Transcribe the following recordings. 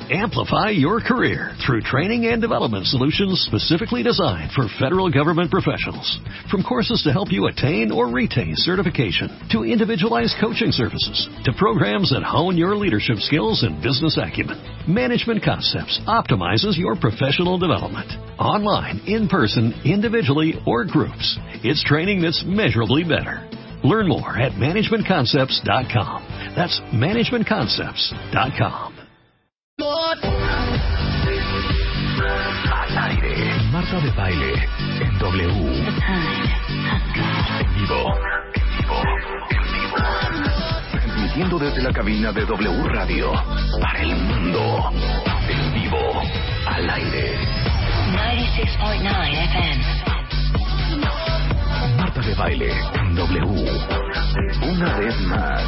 Amplify your career through training and development solutions specifically designed for federal government professionals. From courses to help you attain or retain certification, to individualized coaching services, to programs that hone your leadership skills and business acumen, Management Concepts optimizes your professional development. Online, in person, individually, or groups, it's training that's measurably better. Learn more at managementconcepts.com. That's managementconcepts.com. Al aire, Marta de Baile en W. En vivo. Transmitiendo desde la cabina de W Radio para el mundo. En vivo, al aire. 96.9 FM. Marta de Baile en W. Una vez más.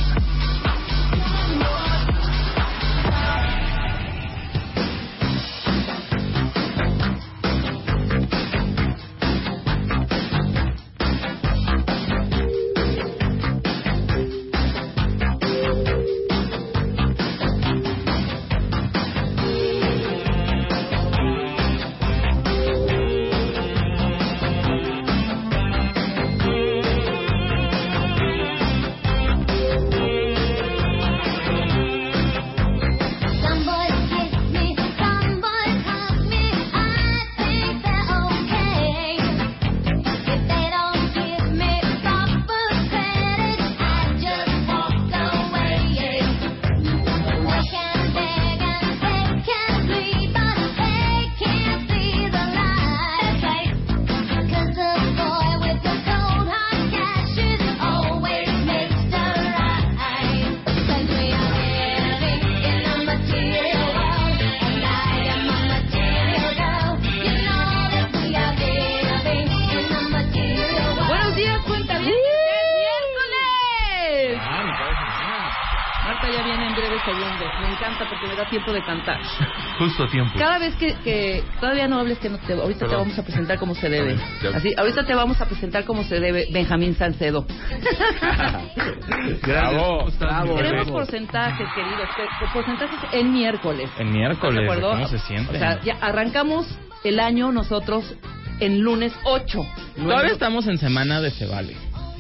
Tiempo de cantar. Justo a tiempo. Cada vez que todavía no hables, que no te, ahorita te vamos a presentar como se debe. Así, ahorita te vamos a presentar como se debe, Benjamín Salcedo. Bravo. Tenemos porcentajes, queridos, porcentajes en miércoles. En miércoles, ¿cómo se siente? O sea, ya arrancamos el año nosotros en lunes 8. Todavía estamos en semana de Se Vale.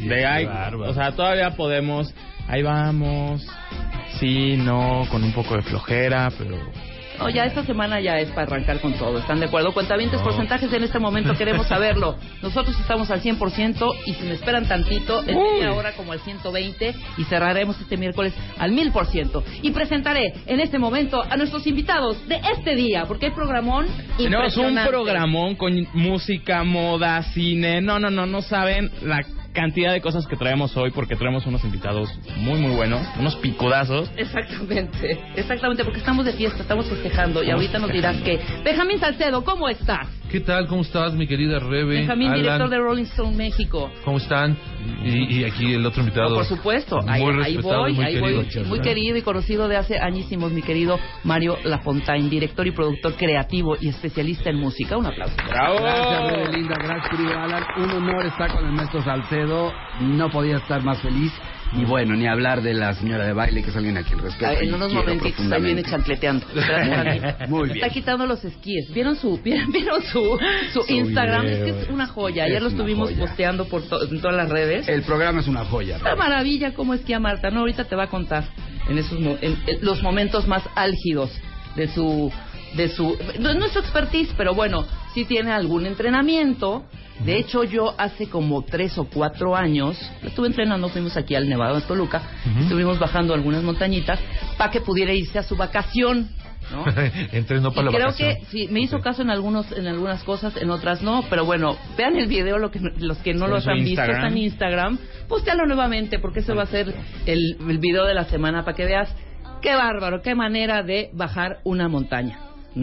O sea, todavía podemos, ahí vamos. Sí, no, con un poco de flojera, pero... No, ya esta semana ya es para arrancar con todo, ¿están de acuerdo? Cuentavientes, porcentajes en este momento queremos saberlo. Nosotros estamos al 100% y si me esperan tantito, en media hora como al 120 y cerraremos este miércoles al 1000%. Y presentaré en este momento a nuestros invitados de este día, porque hay programón impresionante. Tenemos un programón con música, moda, cine, no saben la cantidad de cosas que traemos hoy, porque traemos unos invitados muy buenos, unos picudazos. Exactamente, porque estamos de fiesta, estamos festejando y ahorita nos dirás que... Benjamín Salcedo, ¿cómo estás? ¿Qué tal? ¿Cómo estás, mi querida Rebe? Benjamín, Alan, director de Rolling Stone México. ¿Cómo están? Y aquí el otro invitado. No, por supuesto, ahí voy, muy querido y conocido de hace añísimos, mi querido Mario Lafontaine, director y productor creativo y especialista en música. Un aplauso. ¡Bravo! Gracias, Rebe linda, gracias, querido Alan. Un honor estar con el maestro Salcedo, no podía estar más feliz. Y bueno, ni hablar de la señora de baile, que es alguien a quien respeto. En unos momentitos ahí viene chancleteando. Muy bien. Está quitando los esquíes. ¿Vieron su Instagram? Es que es una joya. Ayer lo estuvimos posteando en todas las redes. El programa es una joya. Una maravilla cómo esquía Marta. No, ahorita te va a contar en los momentos más álgidos de su no es su expertise, pero bueno, sí tiene algún entrenamiento. De hecho, yo hace como 3 o 4 años estuve entrenando, fuimos aquí al Nevado de Toluca, estuvimos bajando algunas montañitas para que pudiera irse a su vacación, ¿no? Entrenó para la vacación. Creo que sí, me hizo caso en algunas cosas, en otras no, pero bueno, vean el video, los que no los han visto, está en Instagram, postéalo nuevamente, porque ese va a ser el video de la semana, para que veas qué bárbaro, qué manera de bajar una montaña.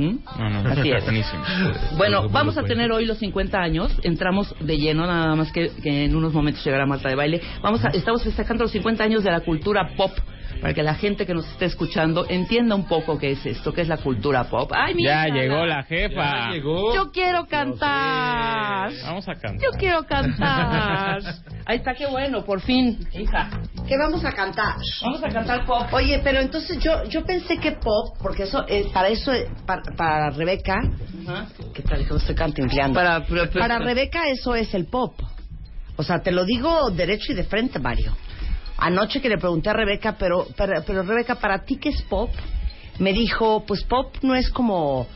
Así es. Buenísimo. Bueno, vamos a tener hoy los 50 años. Entramos de lleno, nada más que en unos momentos llegará Marta de Baile. Estamos festejando los 50 años de la cultura pop, para que la gente que nos esté escuchando entienda un poco qué es esto, qué es la cultura pop. ¡Ay, mira! Ya llegó la jefa. Yo quiero cantar. Vamos a cantar. Yo quiero cantar. Ahí está, qué bueno, por fin. Hija, ¿Qué vamos a cantar? Vamos a cantar pop. Oye, pero entonces yo pensé que pop, porque eso para Rebeca, ¿qué tal? ¿Cómo estoy cantinfleando? Para Rebeca eso es el pop. O sea, te lo digo derecho y de frente, Mario. Anoche que le pregunté a Rebeca, pero Rebeca, ¿para ti qué es pop? Me dijo, pues pop no es como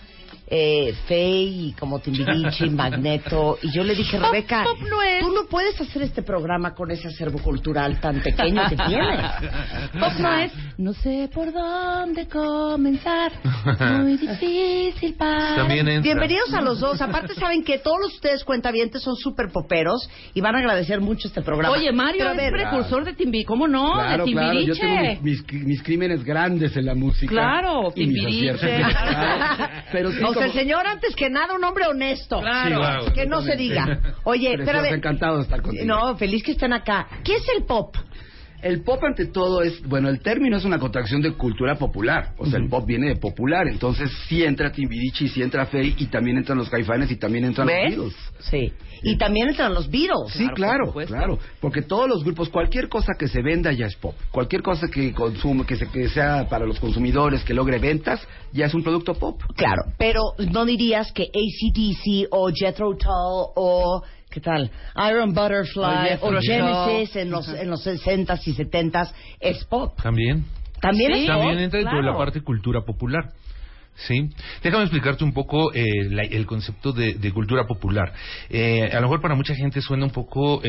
Fey, como Timbiriche, Magneto. Y yo le dije, Rebeca, pop no es. tú no puedes hacer este programa con ese acervo cultural tan pequeño que tienes. Pop no es. No sé por dónde comenzar. Muy difícil para. También entra. Bienvenidos a los dos. Aparte, saben que todos ustedes cuentavientes son súper poperos y van a agradecer mucho este programa. Oye, Mario, Pero, a ver, es precursor de Timbiriche. ¿Cómo no? Claro, de claro, yo Timbiriche. tengo mis crímenes grandes en la música. Claro, y mis Timbiriche. aciertos. Claro. Pero sí, O sea, el señor, antes que nada, un hombre honesto. Claro. Sí, claro. Que no se diga. Oye, pero a ver. Encantado de estar contigo. No, feliz que estén acá. ¿Qué es el pop? El pop, ante todo, es... Bueno, el término es una contracción de cultura popular. O sea, el pop viene de popular. Entonces, sí entra Timbiriche, y sí entra Fey, y también entran los Caifanes, y también entran los Beatles. Sí. Y también entran los Beatles. Sí, claro. Porque todos los grupos, cualquier cosa que se venda ya es pop. Cualquier cosa que consume, que sea para los consumidores, que logre ventas, ya es un producto pop. Claro, pero no dirías que AC/DC o Jethro Tull o... ¿Qué tal? Iron Butterfly o Genesis en los 60s y 70s es pop. También. También Sí, es pop. También entra dentro de la claro. parte cultura popular. Sí, déjame explicarte un poco el concepto de cultura popular. A lo mejor para mucha gente suena un poco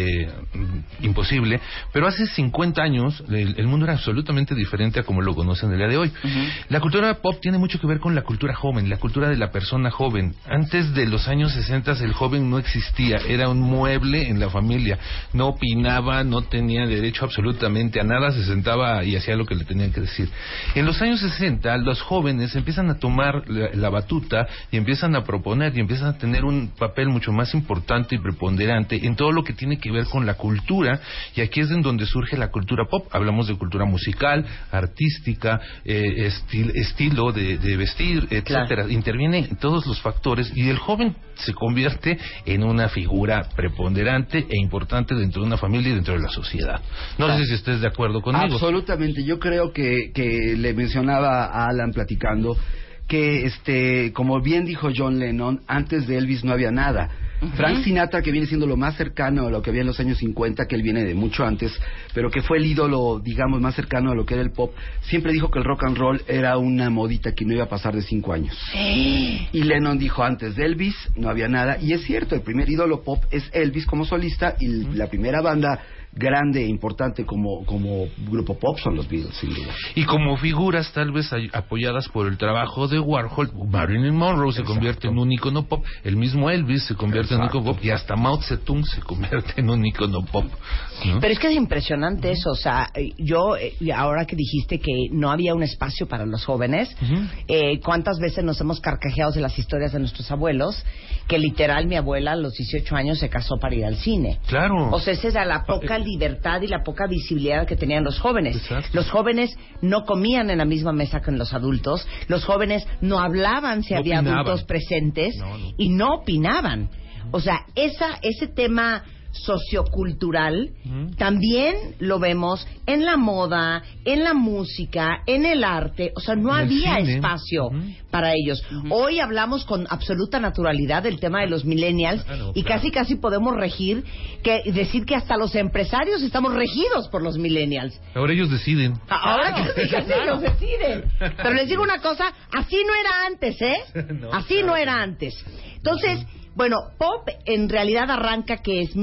imposible, pero hace 50 años el mundo era absolutamente diferente a como lo conocen el día de hoy. La cultura pop tiene mucho que ver con la cultura joven, la cultura de la persona joven. Antes de los años 60 el joven no existía, era un mueble en la familia, no opinaba, no tenía derecho absolutamente a nada, se sentaba y hacía lo que le tenían que decir. En los años 60 los jóvenes empiezan a tomar la batuta y empiezan a proponer y empiezan a tener un papel mucho más importante y preponderante en todo lo que tiene que ver con la cultura, y aquí es en donde surge la cultura pop. Hablamos de cultura musical, artística, estilo de vestir, etcétera. Claro. Interviene en todos los factores y el joven se convierte en una figura preponderante e importante dentro de una familia y dentro de la sociedad. No sé si estés de acuerdo conmigo. Absolutamente. Yo creo que le mencionaba a Alan platicando que como bien dijo John Lennon, antes de Elvis no había nada. Frank Sinatra, que viene siendo lo más cercano a lo que había en los años 50, que él viene de mucho antes, pero que fue el ídolo, digamos, más cercano a lo que era el pop, siempre dijo que el rock and roll era una modita que no iba a pasar de 5 años. Y Lennon dijo, antes de Elvis no había nada, y es cierto, el primer ídolo pop es Elvis como solista, y la primera banda grande e importante como grupo pop son los Beatles, sin duda. Y como figuras tal vez apoyadas por el trabajo de Warhol, Marilyn Monroe se convierte en un ícono pop, el mismo Elvis se convierte en un ícono pop, y hasta Mao Zedong se convierte en un ícono pop, ¿no? Pero es que es impresionante eso, o sea, yo, ahora que dijiste que no había un espacio para los jóvenes, ¿cuántas veces nos hemos carcajeado de las historias de nuestros abuelos? Que literal mi abuela a los 18 años se casó para ir al cine. Claro. O sea, esa era la poca libertad y la poca visibilidad que tenían los jóvenes. Exacto. Los jóvenes no comían en la misma mesa que los adultos, los jóvenes no hablaban si había adultos presentes y no opinaban. O sea, ese tema sociocultural también lo vemos en la moda, en la música, en el arte. O sea, no había espacio para ellos. Hoy hablamos con absoluta naturalidad del tema de los millennials y casi podemos decir que hasta los empresarios estamos regidos por los millennials. Ahora ellos deciden. Ahora casi ellos deciden. Pero les digo una cosa, así no era antes, ¿eh? Así no era antes. Entonces, bueno, pop en realidad arranca que es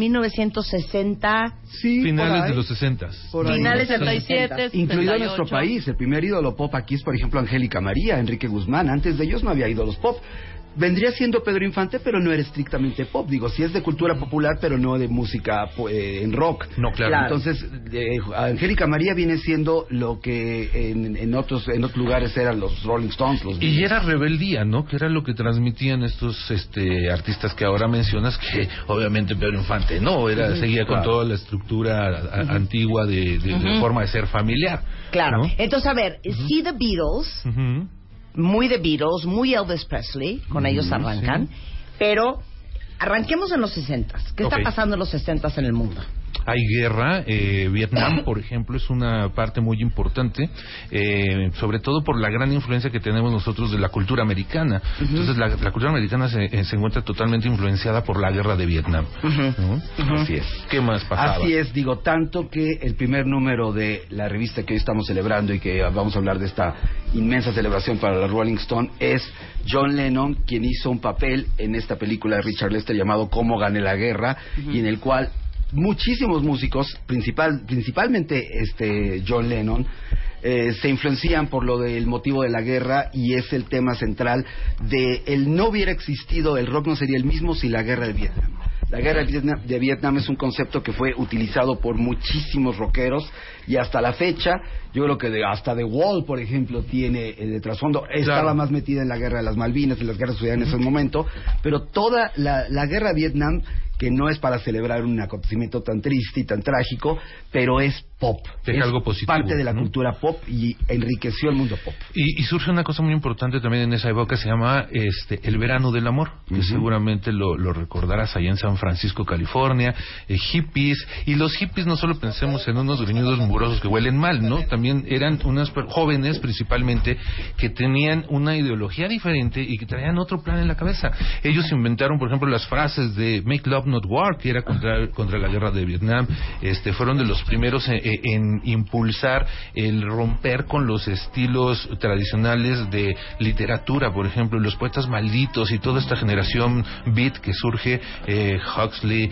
1960. Sí, finales de los 60. Finales del 67, incluido en nuestro país. El primer ídolo pop aquí es, por ejemplo, Angélica María, Enrique Guzmán. Antes de ellos no había ídolos pop. Vendría siendo Pedro Infante, pero no era estrictamente pop. Digo, sí es de cultura popular, pero no de música en rock. No, claro. Entonces, Angélica María viene siendo lo que en otros lugares eran los Rolling Stones, los Beatles. Y era rebeldía, ¿no? Que era lo que transmitían estos artistas que ahora mencionas, que obviamente Pedro Infante no, seguía con toda la estructura antigua de forma de ser familiar. Claro. ¿No? Entonces, a ver, sí The Beatles... Muy The Beatles, muy Elvis Presley, con ellos arrancan, pero arranquemos en los 60s. ¿Qué está pasando en los 60s en el mundo? hay guerra. Vietnam, por ejemplo, es una parte muy importante, sobre todo por la gran influencia que tenemos nosotros de la cultura americana. Entonces, la cultura americana se encuentra totalmente influenciada por la guerra de Vietnam. Así es. ¿Qué más pasaba? Así es, digo, tanto que el primer número de la revista que hoy estamos celebrando y que vamos a hablar de esta inmensa celebración para la Rolling Stone es John Lennon, quien hizo un papel en esta película de Richard Lester llamado Cómo gané la guerra, y en el cual muchísimos músicos, principalmente John Lennon, se influencian por lo del motivo de la guerra, y es el tema central de el no hubiera existido, el rock no sería el mismo sin la guerra de Vietnam. La guerra de Vietnam es un concepto que fue utilizado por muchísimos rockeros, y hasta la fecha, yo creo que hasta The Wall, por ejemplo, tiene de trasfondo, estaba más metida en la guerra de las Malvinas, en las guerras sucedidas en ese momento, pero toda la guerra de Vietnam, que no es para celebrar un acontecimiento tan triste y tan trágico, pero es pop. Es algo positivo, parte de la cultura pop y enriqueció el mundo pop. Y surge una cosa muy importante también en esa época, se llama el verano del amor, que seguramente lo recordarás allá en San Francisco, California, hippies, y los hippies no solo pensemos en unos greñudos mugrosos que huelen mal, ¿no? También eran unas jóvenes principalmente que tenían una ideología diferente y que traían otro plan en la cabeza. Ellos inventaron, por ejemplo, las frases de Make Love Not War, que era contra la guerra de Vietnam. Fueron de los primeros en impulsar el romper con los estilos tradicionales de literatura, por ejemplo, los poetas malditos y toda esta generación beat que surge, Huxley,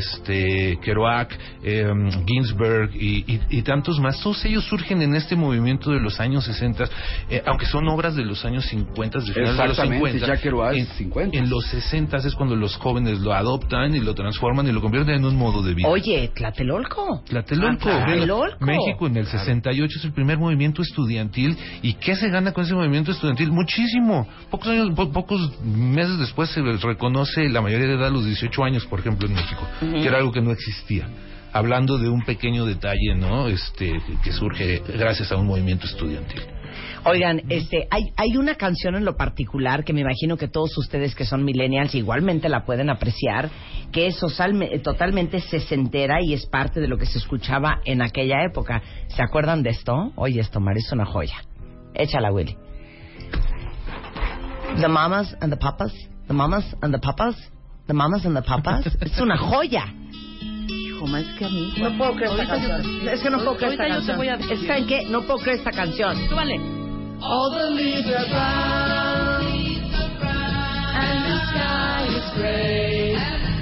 Kerouac, Ginsberg y tantos más. Todos ellos surgen en este movimiento de los años 60, aunque son obras de los años 50, de finales de los 50. Ya Kerouac, 50. En los 60 es cuando los jóvenes lo adoptan y lo transforman y lo convierten en un modo de vida. Oye, Tlatelolco. México en el 68 es el primer movimiento estudiantil. ¿Y qué se gana con ese movimiento estudiantil? Muchísimo. Pocos meses después se les reconoce la mayoría de edad a los 18 años, por ejemplo, en México, que era algo que no existía. Hablando de un pequeño detalle, ¿no? Que surge gracias a un movimiento estudiantil. Oigan, hay una canción en lo particular que me imagino que todos ustedes que son millennials igualmente la pueden apreciar, que es totalmente sesentera y es parte de lo que se escuchaba en aquella época. ¿Se acuerdan de esto? Oye, esto, Mari, es una joya. Échala, Willy. The Mamas and the Papas, The Mamas and the Papas, The Mamas and the Papas. Es una joya. Hijo, es que a mí no puedo creer esta canción. Es que no puedo creer esta canción. ¿Saben qué? No puedo creer esta canción. Tú vale. All the leaves are brown, and the sky is gray.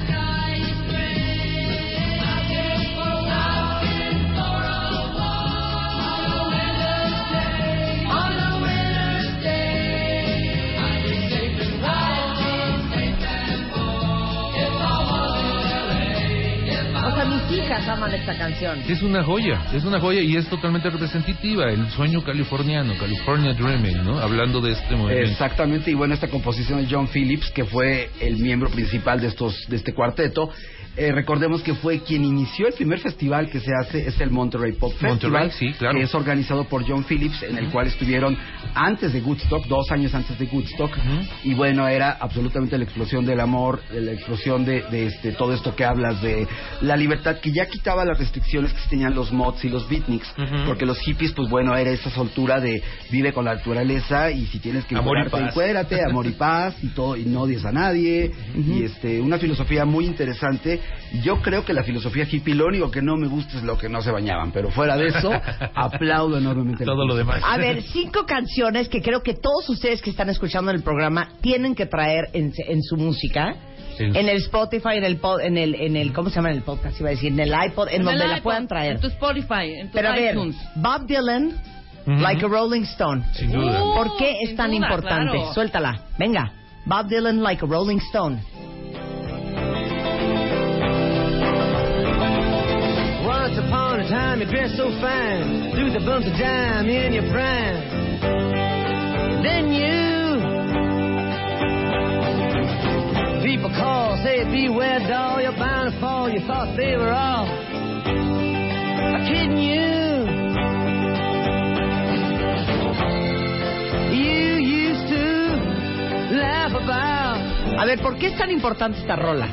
Mis hijas aman esta canción. Es una joya y es totalmente representativa, el sueño californiano, California Dreaming, ¿no? Hablando de este movimiento. Exactamente, y bueno, esta composición de John Phillips, que fue el miembro principal de este cuarteto, recordemos que fue quien inició el primer festival que se hace, es el Monterey Pop Festival, sí, claro, que es organizado por John Phillips, en el cual estuvieron antes de Woodstock, 2 años antes de Woodstock, y bueno, era absolutamente la explosión del amor, la explosión de todo esto que hablas de la libertad, que ya quitaba las restricciones que tenían los mods y los beatniks, porque los hippies, pues bueno, era esa soltura de vive con la naturaleza, y si tienes que encuérate, amor y paz, y todo, y no odies a nadie, y una filosofía muy interesante. Yo creo que la filosofía hippie, lo único que no me gusta es lo que no se bañaban, pero fuera de eso, aplaudo enormemente todo lo demás. A ver, 5 canciones que creo que todos ustedes que están escuchando el programa tienen que traer en su música. En el Spotify, en el ¿cómo se llama el podcast? Iba a decir, en el iPod, en donde la puedan traer. En tu Spotify, en tu Pero iTunes. A ver, Bob Dylan, Like a Rolling Stone. Sin duda. ¿Por qué es tan importante? Claro. Suéltala. Venga. Bob Dylan, Like a Rolling Stone. Once upon a time you dressed so fine, through the bumps of dime in your prime. Then people call, say beware doll, you're bound to fall. You thought they were all kidding you. You used to laugh about. A ver, ¿por qué es tan importante esta rola?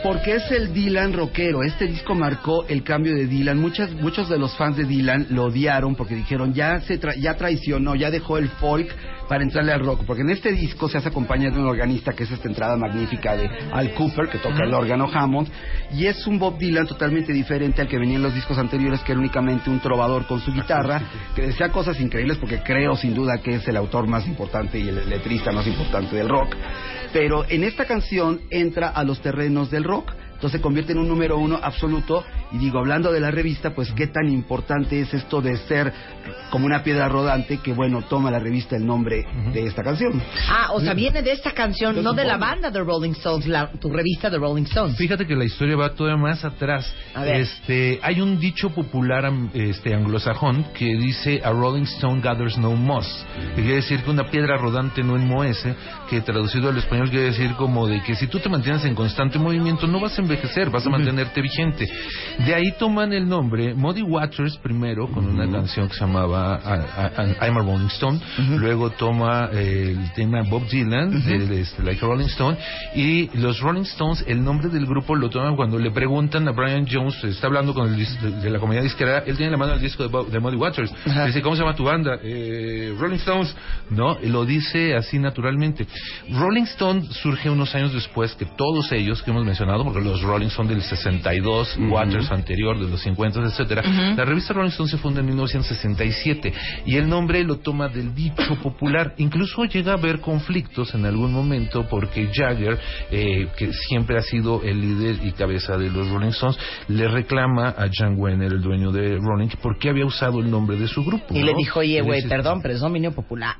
Porque es el Dylan rockero. Este disco marcó el cambio de Dylan. Muchos de los fans de Dylan lo odiaron porque dijeron ya traicionó, ya dejó el folk para entrarle al rock. Porque en este disco se hace acompañar de un organista, que es esta entrada magnífica de Al Cooper, que toca el órgano Hammond, y es un Bob Dylan totalmente diferente al que venía en los discos anteriores, que era únicamente un trovador con su guitarra, que decía cosas increíbles, porque creo sin duda que es el autor más importante y el letrista más importante del rock. Pero en esta canción entra a los terrenos del rock. Entonces se convierte en un número 1 absoluto. Y digo, hablando de la revista, pues qué tan importante es esto de ser como una piedra rodante, que bueno, toma la revista el nombre de esta canción. O sea, viene de esta canción, no de la banda de Rolling Stones, tu revista de Rolling Stones. Fíjate que la historia va todavía más atrás. A ver. Hay un dicho popular anglosajón que dice: a Rolling Stone gathers no moss, que quiere decir que una piedra rodante no enmohece, que traducido al español quiere decir como de que si tú te mantienes en constante movimiento no vas a envejecer, vas a mantenerte vigente. De ahí toman el nombre Muddy Waters primero con una canción que se llamaba I'm a Rolling Stone, luego toma el tema Bob Dylan de Like a Rolling Stone, y los Rolling Stones el nombre del grupo lo toman cuando le preguntan a Brian Jones, está hablando con de la compañía disquera, él tiene la mano el disco de Muddy Waters, dice: ¿cómo se llama tu banda? Rolling Stones, no, lo dice así naturalmente. Rolling Stone surge unos años después que todos ellos que hemos mencionado, porque los Rolling Stone del 62, Waters anterior, de los 50, etcétera. La revista Rolling Stone se funda en 1967 y el nombre lo toma del dicho popular. Incluso llega a haber conflictos en algún momento porque Jagger, que siempre ha sido el líder y cabeza de los Rolling Stones, le reclama a Jan Wenner, el dueño de Rolling, por qué había usado el nombre de su grupo. Y le dijo: oye, güey, perdón, pero es dominio popular.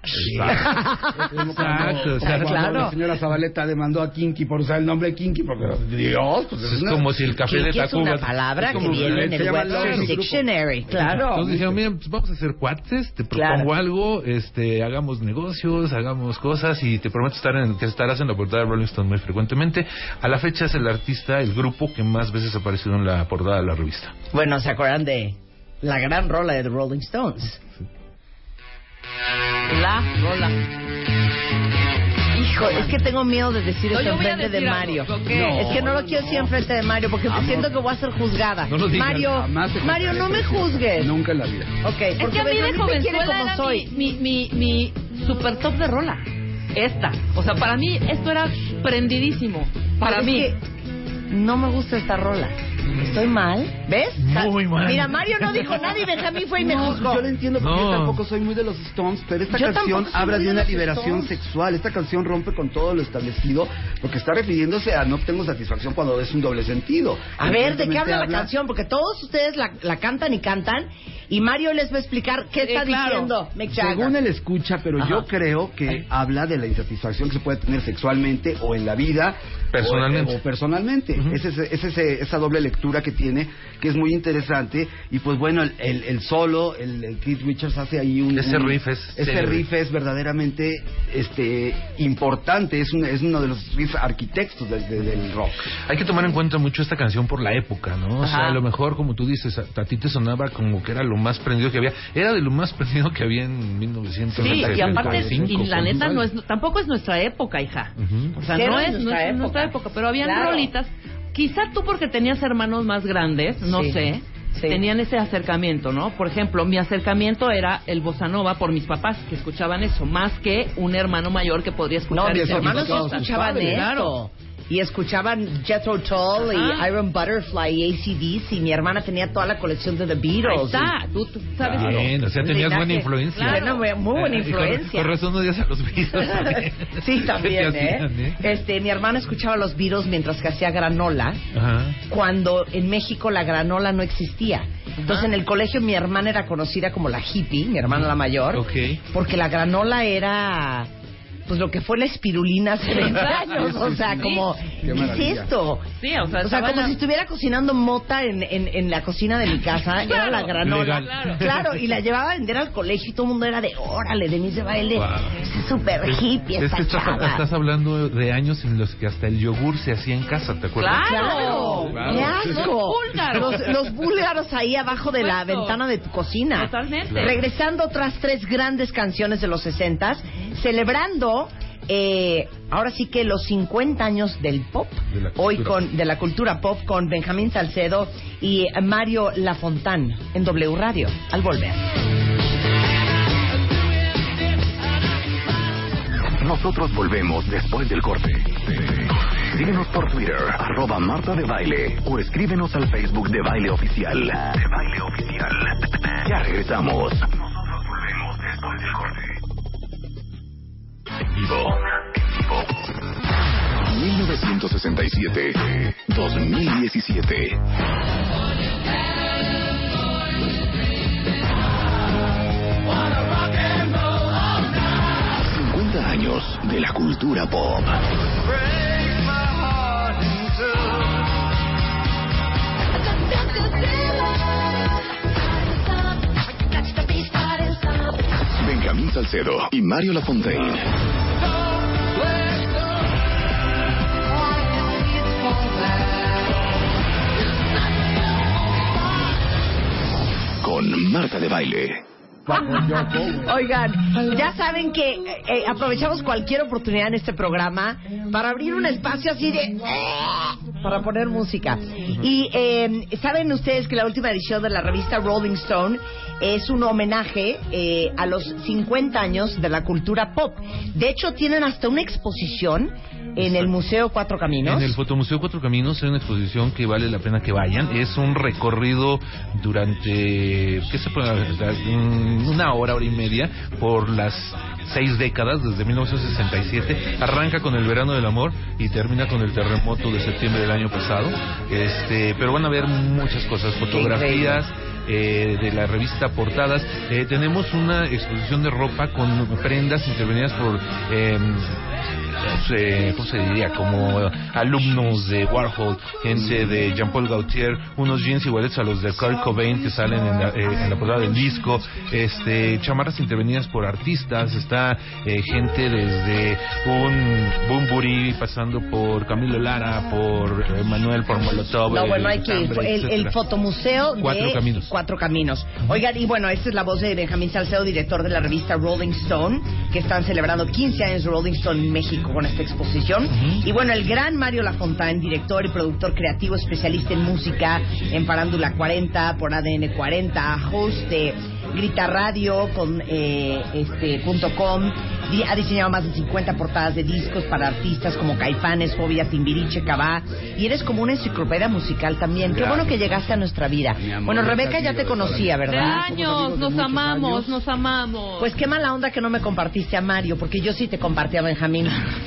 Exacto. Claro. La señora Zabaleta demandó a Kinky por usar el nombre Kinky, porque Dios, pues es como si el café Kinky de Tacuba es una palabra que viene en el Webster's Dictionary, claro. Entonces dijeron: mira, pues vamos a hacer cuates, te propongo algo, hagamos negocios, hagamos cosas, y te prometo que estarás en la portada de Rolling Stone muy frecuentemente. A la fecha es el artista, el grupo que más veces ha aparecido en la portada de la revista. Bueno, ¿se acuerdan de la gran rola de The Rolling Stones? La rola. Hijo, es que tengo miedo de decir esto enfrente de Mario. Es que no lo quiero decir enfrente de Mario porque siento que voy a ser juzgada. No lo digas. Mario, no me juzgues. Nunca en la vida. Okay, es que a mí de jovenzuela era soy. mi super top de rola. Esta. O sea, para mí esto era prendidísimo. Para mí. Es que no me gusta esta rola. ¿Estoy mal? ¿Ves? Muy mal. Mira, Mario no dijo nada y Benjamín fue y me juzgó. Yo lo entiendo porque yo tampoco soy muy de los Stones, pero esta canción habla de una liberación sexual. Esta canción rompe con todo lo establecido porque está refiriéndose a no tengo satisfacción cuando es un doble sentido. A ver, ¿de qué habla la canción? Porque todos ustedes la cantan y cantan y Mario les va a explicar qué está diciendo Mick Jagger. Según él escucha, pero yo creo que habla de la insatisfacción que se puede tener sexualmente o en la vida personalmente. O personalmente. Esa doble lectura que tiene, que es muy interesante. Y pues bueno, el solo, el Keith Richards hace ahí ese riff es verdaderamente importante. Es uno de los riffs arquitectos del rock. Hay que tomar en cuenta mucho esta canción por la época, ¿no? O sea, a lo mejor, como tú dices, a ti te sonaba como que era lo más prendido que había. Era de lo más prendido que había en 1995. Sí, y aparte, y la neta, tampoco es nuestra época, hija. O sea, no es nuestra época, pero habían rolitas. Quizá tú porque tenías hermanos más grandes, no sé, tenían ese acercamiento, ¿no? Por ejemplo, mi acercamiento era el bossa nova por mis papás, que escuchaban eso, más que un hermano mayor que podría escuchar mis eso. hermanos escuchaban esto. Claro. Y escuchaban Jethro Tull y Iron Butterfly y AC/DC, y mi hermana tenía toda la colección de The Beatles. Ahí está, tú sabes. Bien, o sea, tenías buena influencia. Claro. Muy buena influencia. Por razón no odias a los Beatles. Sí, también, mi hermana escuchaba los Beatles mientras que hacía granola, cuando en México la granola no existía. Entonces en el colegio mi hermana era conocida como la hippie, mi hermana la mayor, porque la granola era pues lo que fue la espirulina hace 20 años, o sea, como ¿qué es esto? Sí, o sea como si estuviera cocinando mota en la cocina de mi casa, era la granola. Claro, y la llevaba a vender al colegio y todo el mundo era de órale, Denise de baile, es súper hippie esta chava. Estás hablando de años en los que hasta el yogur se hacía en casa, ¿te acuerdas? ¡Claro! ¡Qué asco! Los búlgaros ahí abajo de la ventana de tu cocina. Totalmente. Regresando otras 3 grandes canciones de los 60s, celebrando ahora sí que los 50 años del pop, hoy de la cultura pop, con Benjamín Salcedo y Mario Lafontán en W Radio, al volver. Nosotros volvemos después del corte. Síguenos por Twitter, @Marta de Baile, o escríbenos al Facebook de Baile Oficial. De Baile Oficial. Ya regresamos. Nosotros volvemos después del corte. En vivo. 1967, 2017. Años de la cultura pop. Benjamín Salcedo y Mario Lafontaine. Con Marta de Baile. Oigan, ya saben que aprovechamos cualquier oportunidad en este programa para abrir un espacio así de para poner música. Y saben ustedes que la última edición de la revista Rolling Stone es un homenaje a los 50 años de la cultura pop. De hecho, tienen hasta una exposición en el Museo Cuatro Caminos. En el Fotomuseo Cuatro Caminos hay una exposición que vale la pena que vayan. Es un recorrido durante, ¿qué se puede decir? Una hora y media por las 6 décadas, desde 1967. Arranca con el Verano del Amor y termina con el terremoto de septiembre del año pasado. Pero van a ver muchas cosas, fotografías de la revista, portadas. Tenemos una exposición de ropa con prendas intervenidas por ¿cómo se diría? Como alumnos de Warhol, gente de Jean-Paul Gaultier, unos jeans iguales a los de Kurt Cobain que salen en la portada del disco, chamarras intervenidas por artistas, está gente desde un Bunbury pasando por Camilo Lara, por Manuel, por Molotov. No, bueno, hay que ir. El fotomuseo de Cuatro Caminos. Oigan, y bueno, esta es la voz de Benjamín Salcedo, director de la revista Rolling Stone, que están celebrando 15 años de Rolling Stone en México con esta exposición. Y bueno, el gran Mario Lafontán, director y productor creativo, especialista en música, en Farándula 40, por ADN 40, host de Grita Radio con .com, ha diseñado más de 50 portadas de discos para artistas como Caifanes, Fobia, Timbiriche, Cabá, y eres como una enciclopedia musical también. Qué bueno que llegaste a nuestra vida. Bueno, Rebeca ya te conocía, ¿verdad? De años, nos amamos. Pues qué mala onda que no me compartiste a Mario, porque yo sí te compartí a Benjamín.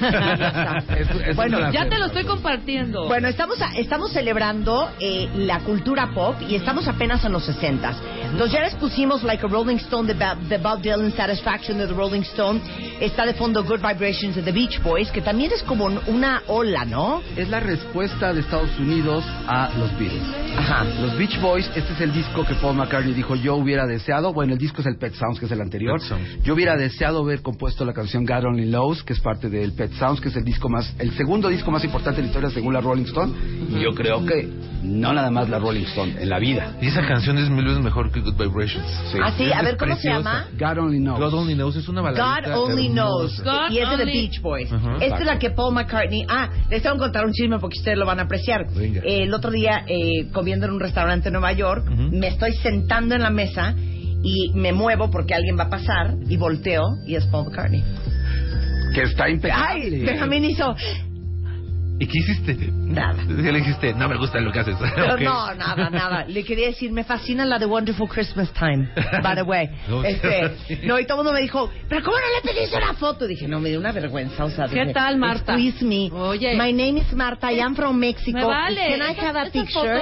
Bueno, ya te lo estoy compartiendo. Bueno, estamos celebrando la cultura pop y estamos apenas en los 60s. Entonces ya les pusimos Like a Rolling Stone de Bob Dylan, Satisfaction de The Rolling Stone. Está de fondo Good Vibrations de The Beach Boys, que también es como una ola, ¿no? Es la respuesta de Estados Unidos a los Beatles. Ajá. Los Beach Boys, este es el disco que Paul McCartney dijo, yo hubiera deseado, bueno, el disco es el Pet Sounds, que es el anterior. Yo hubiera deseado haber compuesto la canción God Only Knows, que es parte del Pet Sounds, que es el segundo disco más importante de la historia según la Rolling Stone. Y yo creo que no nada más la Rolling Stone, en la vida. Y esa canción es mil veces mejor que Good Vibrations. Sí. Ah, sí, a ver, ¿cómo se llama? God Only Knows. God Only Knows es una baladita God Only Knows. God y es de The Only... Beach Boys. Esta es la que Paul McCartney... les tengo que contar un chisme porque ustedes lo van a apreciar. El otro día, comiendo en un restaurante en Nueva York, me estoy sentando en la mesa y me muevo porque alguien va a pasar y volteo y es Paul McCartney. Que está impecable. Ay, Benjamín hizo... ¿Y qué hiciste? Nada. ¿Qué le dijiste? No me gusta lo que haces. Pero okay. No, nada. Le quería decir, me fascina la de Wonderful Christmas Time, by the way. No, y todo el mundo me dijo, ¿pero cómo no le pediste una foto? Dije, no, me dio una vergüenza. O sea, ¿qué tal, Marta? Excuse me. Oye. My name is Marta, I am from Mexico. Me vale. Can I have a picture?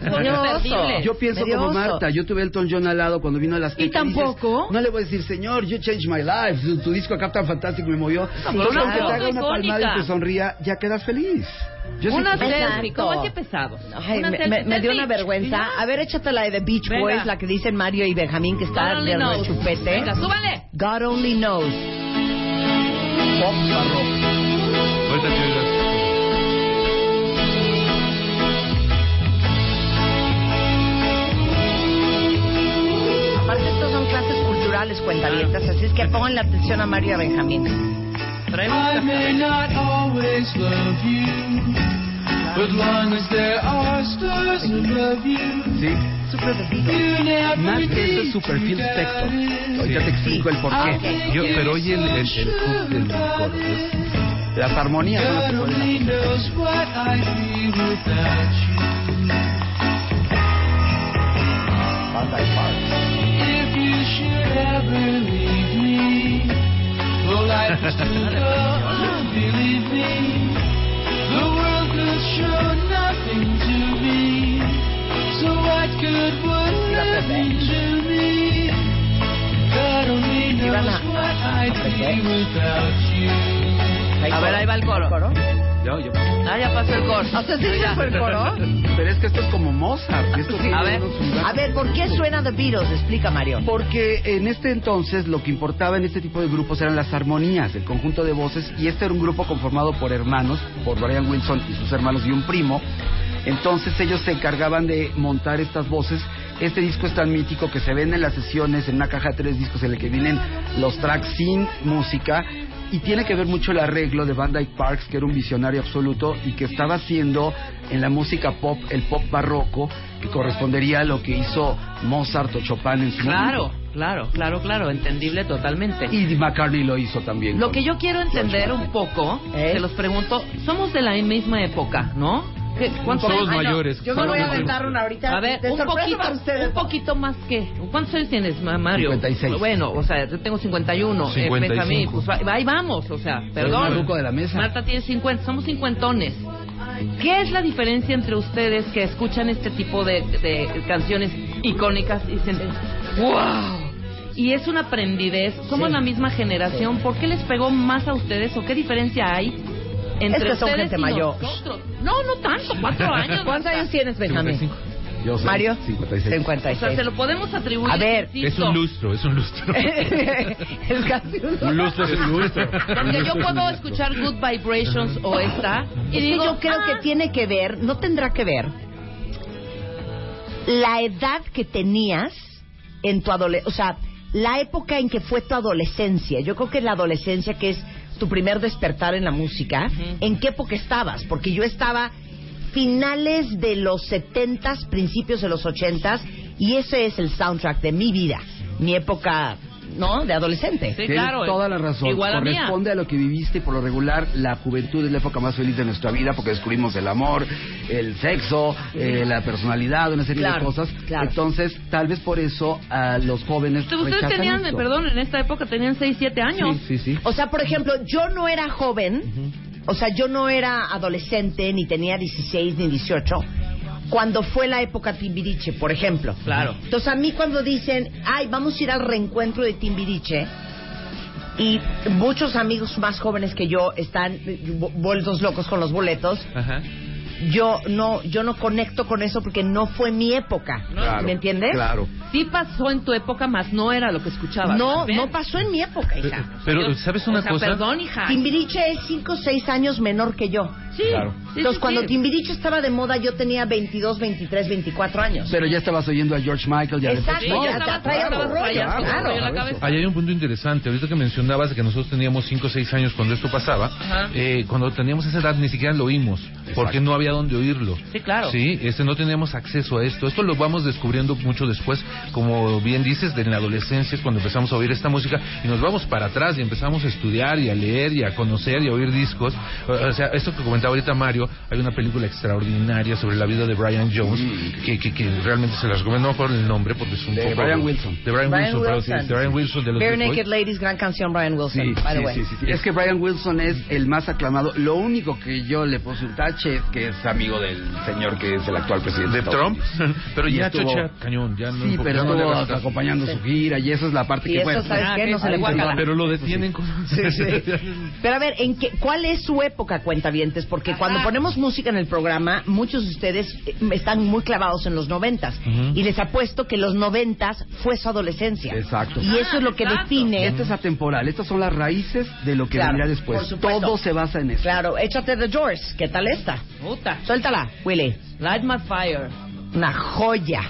Yo pienso como Marta. Yo tuve Elton John al lado cuando vino a las ¿Y tampoco? Dices, no le voy a decir, señor, you changed my life. Tu disco acá tan fantástico me movió. Sí, Solo claro. que te haga una palmada y te sonría, ya quedas feliz. Una selfie, ¿cómo que pesados? Ay, me dio una vergüenza. A ver, échate la de The Beach Boys, la que dicen Mario y Benjamín, que está de rechupete. Venga, súbale. God Only Knows. Pop barroco. Aparte, estos son clases culturales, cuentavientas, así es que pongan la atención a Mario y a Benjamín. I may not always love you, but long as there are stars above you. Sí. You never Más que eso es su perfil Spector. Ahorita te explico el porqué. Pero oye el hook del coro. Las armonías son las que God ponen only knows what I'd be without you. If you should ever leave me, well, life is too long, believe me. The world could show nothing to me, so what good would that mean to me? God only knows what I'd be without you. A ver, ahí va el coro. Yo. Ya pasó el coro. O sea, ¿sí se fue el coro? Pero es que esto es como Mozart. Esto tiene A ver, ¿por qué suena The Beatles? Explica, Mario. Porque en este entonces lo que importaba en este tipo de grupos eran las armonías, el conjunto de voces, y este era un grupo conformado por hermanos, por Brian Wilson y sus hermanos y un primo. Entonces ellos se encargaban de montar estas voces. Este disco es tan mítico que se vende en las sesiones en una caja de 3 discos en el que vienen los tracks sin música. Y tiene que ver mucho el arreglo de Van Dyke Parks, que era un visionario absoluto y que estaba haciendo en la música pop, el pop barroco, que correspondería a lo que hizo Mozart o Chopin en su momento. Claro, entendible totalmente. Y McCartney lo hizo también. Lo que yo quiero entender un poco, se los pregunto, somos de la misma época, ¿no? ¿Cuántos Somos años? mayores. Yo me voy a aventar una ahorita. A ver, un poquito más que. ¿Cuántos años tienes, Mario? 56. Bueno, o sea, yo tengo 51. 55. Benjamín, pues ahí vamos, o sea, perdón. El maluco de la mesa. Marta tiene 50, somos cincuentones. ¿Qué es la diferencia entre ustedes que escuchan este tipo de canciones icónicas y dicen, wow? Y es una aprendidez, somos la misma generación, ¿por qué les pegó más a ustedes o qué diferencia hay entre Es que son ustedes gente y mayor. nosotros? No tanto, 4 años. ¿Cuántos años tienes, Benjamín? 55. Yo soy Mario, 56. 56. O sea, se lo podemos atribuir. A ver, insisto, Es un lustro. Es casi Un lustro es un lustro. Porque yo puedo escuchar Good Vibrations o esta y es digo, que yo creo que tiene que ver, no tendrá que ver la edad que tenías en tu adolescencia, o sea, la época en que fue tu adolescencia. Yo creo que la adolescencia, que es tu primer despertar en la música, ¿en qué época estabas? Porque yo estaba finales de los 70s, principios de los 80s, y ese es el soundtrack de mi vida, mi época, ¿no?, de adolescente. Sí, Tienes claro. toda la razón. Igual a mía. Corresponde a lo que viviste y por lo regular la juventud es la época más feliz de nuestra vida porque descubrimos el amor, el sexo, la personalidad, una serie de cosas. Claro. Entonces, tal vez por eso a los jóvenes Ustedes rechazan tenían, esto. perdón, en esta época tenían 6, 7 años. Sí. O sea, por ejemplo, yo no era joven, o sea, yo no era adolescente, ni tenía 16 ni 18, cuando fue la época Timbiriche, por ejemplo. Claro. Entonces, a mí cuando dicen, ay, vamos a ir al reencuentro de Timbiriche, y muchos amigos más jóvenes que yo están vueltos locos con los boletos, Ajá. yo no conecto con eso porque no fue mi época. Claro, ¿Me entiendes? Claro. Sí pasó en tu época, más no era lo que escuchabas. No ¿ves? pasó en mi época, hija. Pero, ¿sabes una O sea, cosa? perdón, hija. Timbiriche es 5 o 6 años menor que yo. Sí. Claro. Sí, Entonces, sí, cuando sí. Timbiriche estaba de moda, yo tenía 22, 23, 24 años. Pero ya estabas oyendo a George Michael, ya Exacto, Sí, ya ya te estabas- traía estabas otro rollo, trayendo otro claro. rollo en la cabeza. Ahí hay un punto interesante. Ahorita que mencionabas que nosotros teníamos 5 o 6 años cuando esto pasaba, Ajá. cuando teníamos esa edad ni siquiera lo oímos, porque no había dónde oírlo. Sí, claro. Sí, no teníamos acceso a esto. Esto lo vamos descubriendo mucho después, como bien dices, de la adolescencia es cuando empezamos a oír esta música y nos vamos para atrás y empezamos a estudiar y a leer y a conocer y a oír discos. O sea, esto que comentaba ahorita Mario, hay una película extraordinaria sobre la vida de Brian Jones que realmente se las recomiendo, no me acuerdo el nombre porque es un De poco... Brian Wilson. De Brian Brian Wilson, pero Wilson. sí, de Brian Wilson de los Bare Beach Boys. Naked Ladies, gran canción, Brian Wilson, Sí, by the way. sí. Es que Brian Wilson es el más aclamado. Lo único que yo le puse un tache es que es amigo del señor que es el actual presidente de Estados Trump, Unidos. pero Y ya estuvo- chocha cañón, ya no, Sí, ya pero no le estuvo hagas caso. acompañando su gira y esa es la parte Y que eso, bueno. ¿sabes qué? No se le Ay, puede guácala. Pero lo detienen con... Pero a ver, ¿cuál es su época, cuentavientes? Porque cuando ponemos música en el programa, muchos de ustedes están muy clavados en los 90s. Y les apuesto que los 90s fue su adolescencia. Exacto. Y eso es lo que Exacto. define... Esta es atemporal, estas son las raíces de lo que Claro, vendrá por después. supuesto. Todo se basa en eso. Claro, échate The Doors. ¿Qué tal esta? Puta. Suéltala, Willy. Light My Fire. Una joya.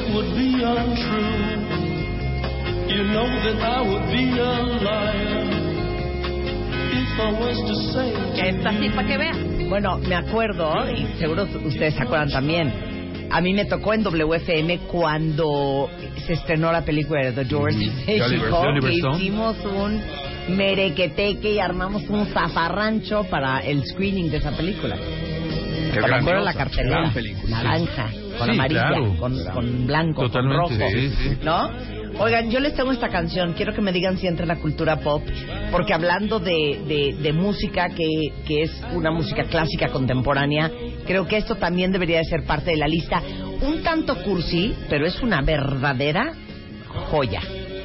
it would be untrue. You know that I would be a liar if I was to say it. Esta sí, para que vean. Bueno, me acuerdo, y seguro ustedes se acuerdan también, a mí me tocó en WFM cuando se estrenó la película de The Doors en México, que hicimos un merequeteque y armamos un zafarrancho para el screening de esa película. Me acuerdo la cartelera, naranja, con amarilla, claro. con blanco, totalmente, con rojo, sí. ¿no? Oigan, yo les tengo esta canción, quiero que me digan si entra en la cultura pop, porque hablando de música, que es una música clásica contemporánea, creo que esto también debería de ser parte de la lista. Un tanto cursi, pero es una verdadera joya.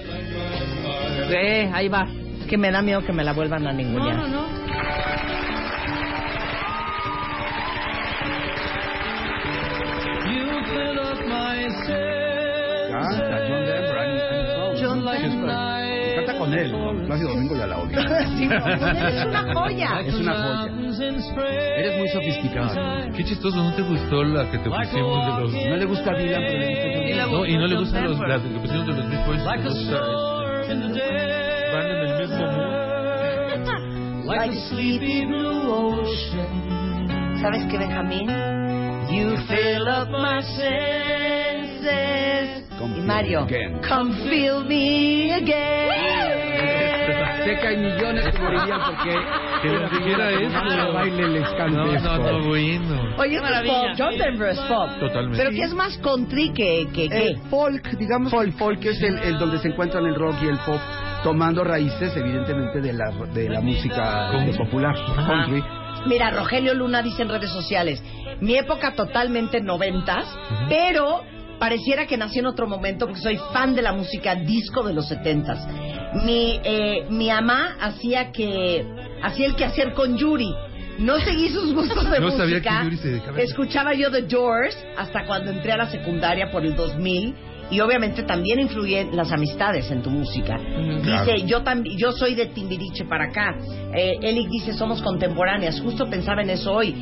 Ahí va. Es que me da miedo que me la vuelvan a ningunear. No. You fill up my Canta John Denver, John Denver. Canta con él, con Plácido Domingo y a la odia. Sí, es una joya. Es una joya. Eres muy sofisticado. Qué chistoso, ¿no te gustó la que te pusimos de los... No le gusta a Dylan, pero le gusta a John Denver. No, y no le gustan la que pusimos de los Beach Boys. Like a star in the day. Van en el mismo mood. Like a sleepy blue ocean. ¿Sabes qué, Benjamín? You fill up my senses. Y Mario, come feel me again. Sé que hay millones que morirían porque que lo dijera eso. Baile les cante esto. No, bueno. Oye, es pop. John Denver es pop. Totalmente. Pero que es más country que folk, digamos, el folk es el donde se encuentran el rock y el pop, tomando raíces, evidentemente, de la música popular, country. Mira, Rogelio Luna dice en redes sociales, mi época totalmente 90s, pero pareciera que nací en otro momento porque soy fan de la música disco de los 70s. Mi mamá hacía el quehacer con Yuri. No seguí sus gustos de música. Sabía que Yuri se dedicaba a eso. Escuchaba yo The Doors hasta cuando entré a la secundaria por el 2000. Y obviamente también influyen las amistades en tu música. Dice, yo soy de Timbiriche para acá. Elic dice, somos contemporáneas. Justo pensaba en eso hoy.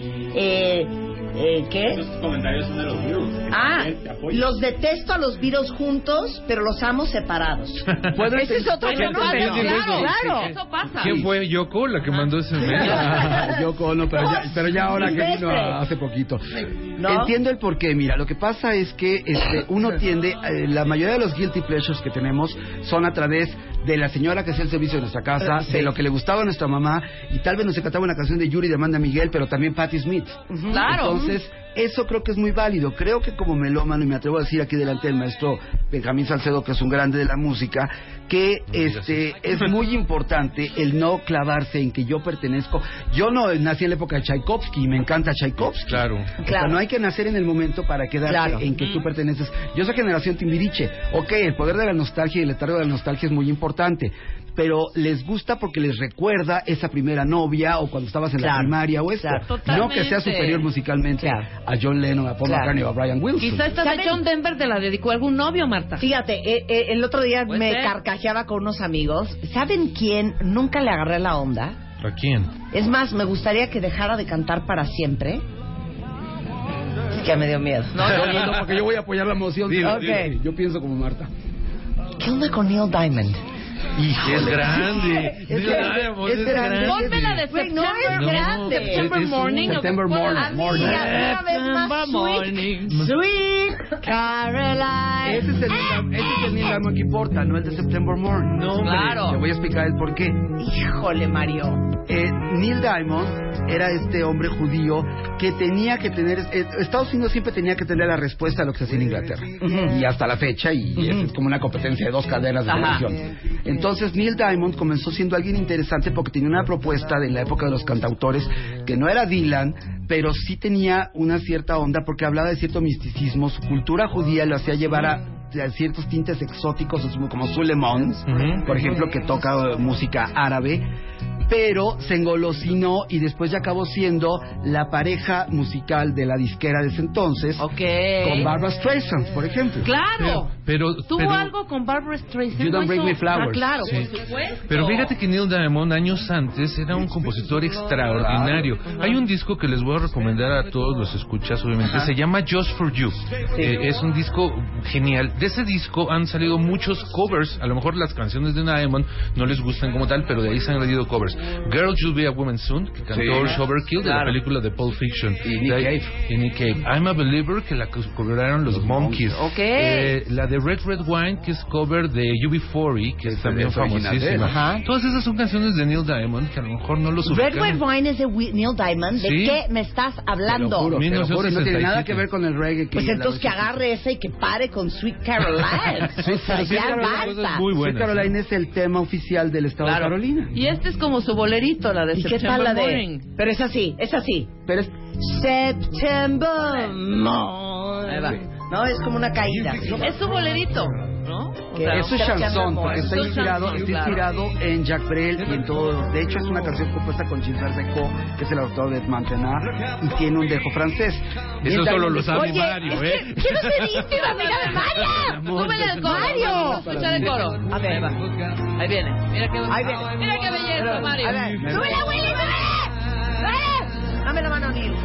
¿Qué? Estos comentarios son de los Beatles. Los detesto a los Beatles juntos, pero los amo separados. Ese es otro fenómeno. Claro. Eso pasa. ¿Quién fue Yoko la que mandó ese mail? Yoko, no, pero ya ahora que vino hace poquito. ¿No? Entiendo el porqué. Mira, lo que pasa es que uno tiende, la mayoría de los guilty pleasures que tenemos son a través de la señora que hacía el servicio de nuestra casa, de lo que le gustaba a nuestra mamá, y tal vez nos encantaba una canción de Yuri de Amanda Miguel, pero también Patti Smith. Claro. Entonces, eso creo que es muy válido. Creo que como melómano, y me atrevo a decir aquí delante del maestro Benjamín Salcedo, que es un grande de la música, que es muy importante el no clavarse en que yo pertenezco. Yo no nací en la época de Tchaikovsky y me encanta Tchaikovsky. Claro. O sea, no hay que nacer en el momento para quedarse en que tú perteneces. Yo soy generación Timbiriche. Ok, el poder de la nostalgia y el letargo de la nostalgia es muy importante, pero les gusta porque les recuerda esa primera novia o cuando estabas en la primaria o esto. No que sea superior musicalmente a John Lennon, a Paul McCartney o a Brian Wilson. Quizá esta de John Denver te la dedicó a algún novio, Marta. Fíjate, el otro día me carcajeaba con unos amigos. ¿Saben quién nunca le agarré la onda? ¿A quién? Es más, me gustaría que dejara de cantar para siempre. Es que me dio miedo. No, porque yo voy a apoyar la moción. Okay. Yo pienso como Marta. ¿Qué onda con Neil Diamond? Es grande. Es grande. Ponme la de September. No es grande. September Morning. September Morning. Una vez más Sweet Caroline. Ese es el Neil Diamond que importa, no el de September Morning. No, claro. Te voy a explicar el por qué. Híjole, Mario. Neil Diamond era este hombre judío que tenía que tener... Estados Unidos siempre tenía que tener la respuesta a lo que se hacía en Inglaterra. Y hasta la fecha, y es como una competencia de dos cadenas de televisión. Entonces Neil Diamond comenzó siendo alguien interesante porque tenía una propuesta de la época de los cantautores que no era Dylan, pero sí tenía una cierta onda porque hablaba de cierto misticismo. Su cultura judía lo hacía llevar a ciertos tintes exóticos como Suleiman, por ejemplo, que toca música árabe, pero se engolosinó y después ya acabó siendo la pareja musical de la disquera de ese entonces, con Barbra Streisand, por ejemplo. ¡Claro! Tuvo algo con Barbra Streisand. You Don't Bring Me Flowers. Claro, Sí. por supuesto. Pero fíjate que Neil Diamond años antes era un compositor extraordinario. Hay un disco que les voy a recomendar a todos los escuchas, obviamente. Se llama Just For You. Es un disco genial. De ese disco han salido muchos covers. A lo mejor las canciones de Diamond no les gustan como tal, pero de ahí se han salido covers. Girl You'll Be a Woman Soon, que cantó Overkill de la película de Pulp Fiction. Y Nick Cave. I'm a Believer, que la coveraron los Monkeys. La de Red Red Wine, que es cover de UB40, que es también famosísima. Todas esas son canciones de Neil Diamond que a lo mejor no los ubican. Red Red Wine es de Neil Diamond. ¿De qué me estás hablando? Te lo juro, no tiene nada que ver con el reggae. Pues entonces que agarre ese y que pare con Sweet Caroline. Ya basta. Sweet Caroline es el tema oficial del estado de Carolina. Y este es como su bolerito, la de ¿Y qué tal la de? Pero es así. Pero es September Morning. Ahí va. No, es como una caída. Es su bolerito, ¿no? Eso es chanson, porque está inspirado en Jacques Brel y en todo. De hecho, es una canción compuesta con Gilbert Bécaud, que es el autor de Mantenar, y tiene un dejo francés. Eso solo lo sabe Mario, ¡Quiero ser íntima, amiga de Mario! ¡Súbele el coro! Mario. Escuchar el coro. A ver, va. Ahí viene. Mira qué belleza, Mario. ¡Súbele, Willy, súbele! Dame la mano, Neil.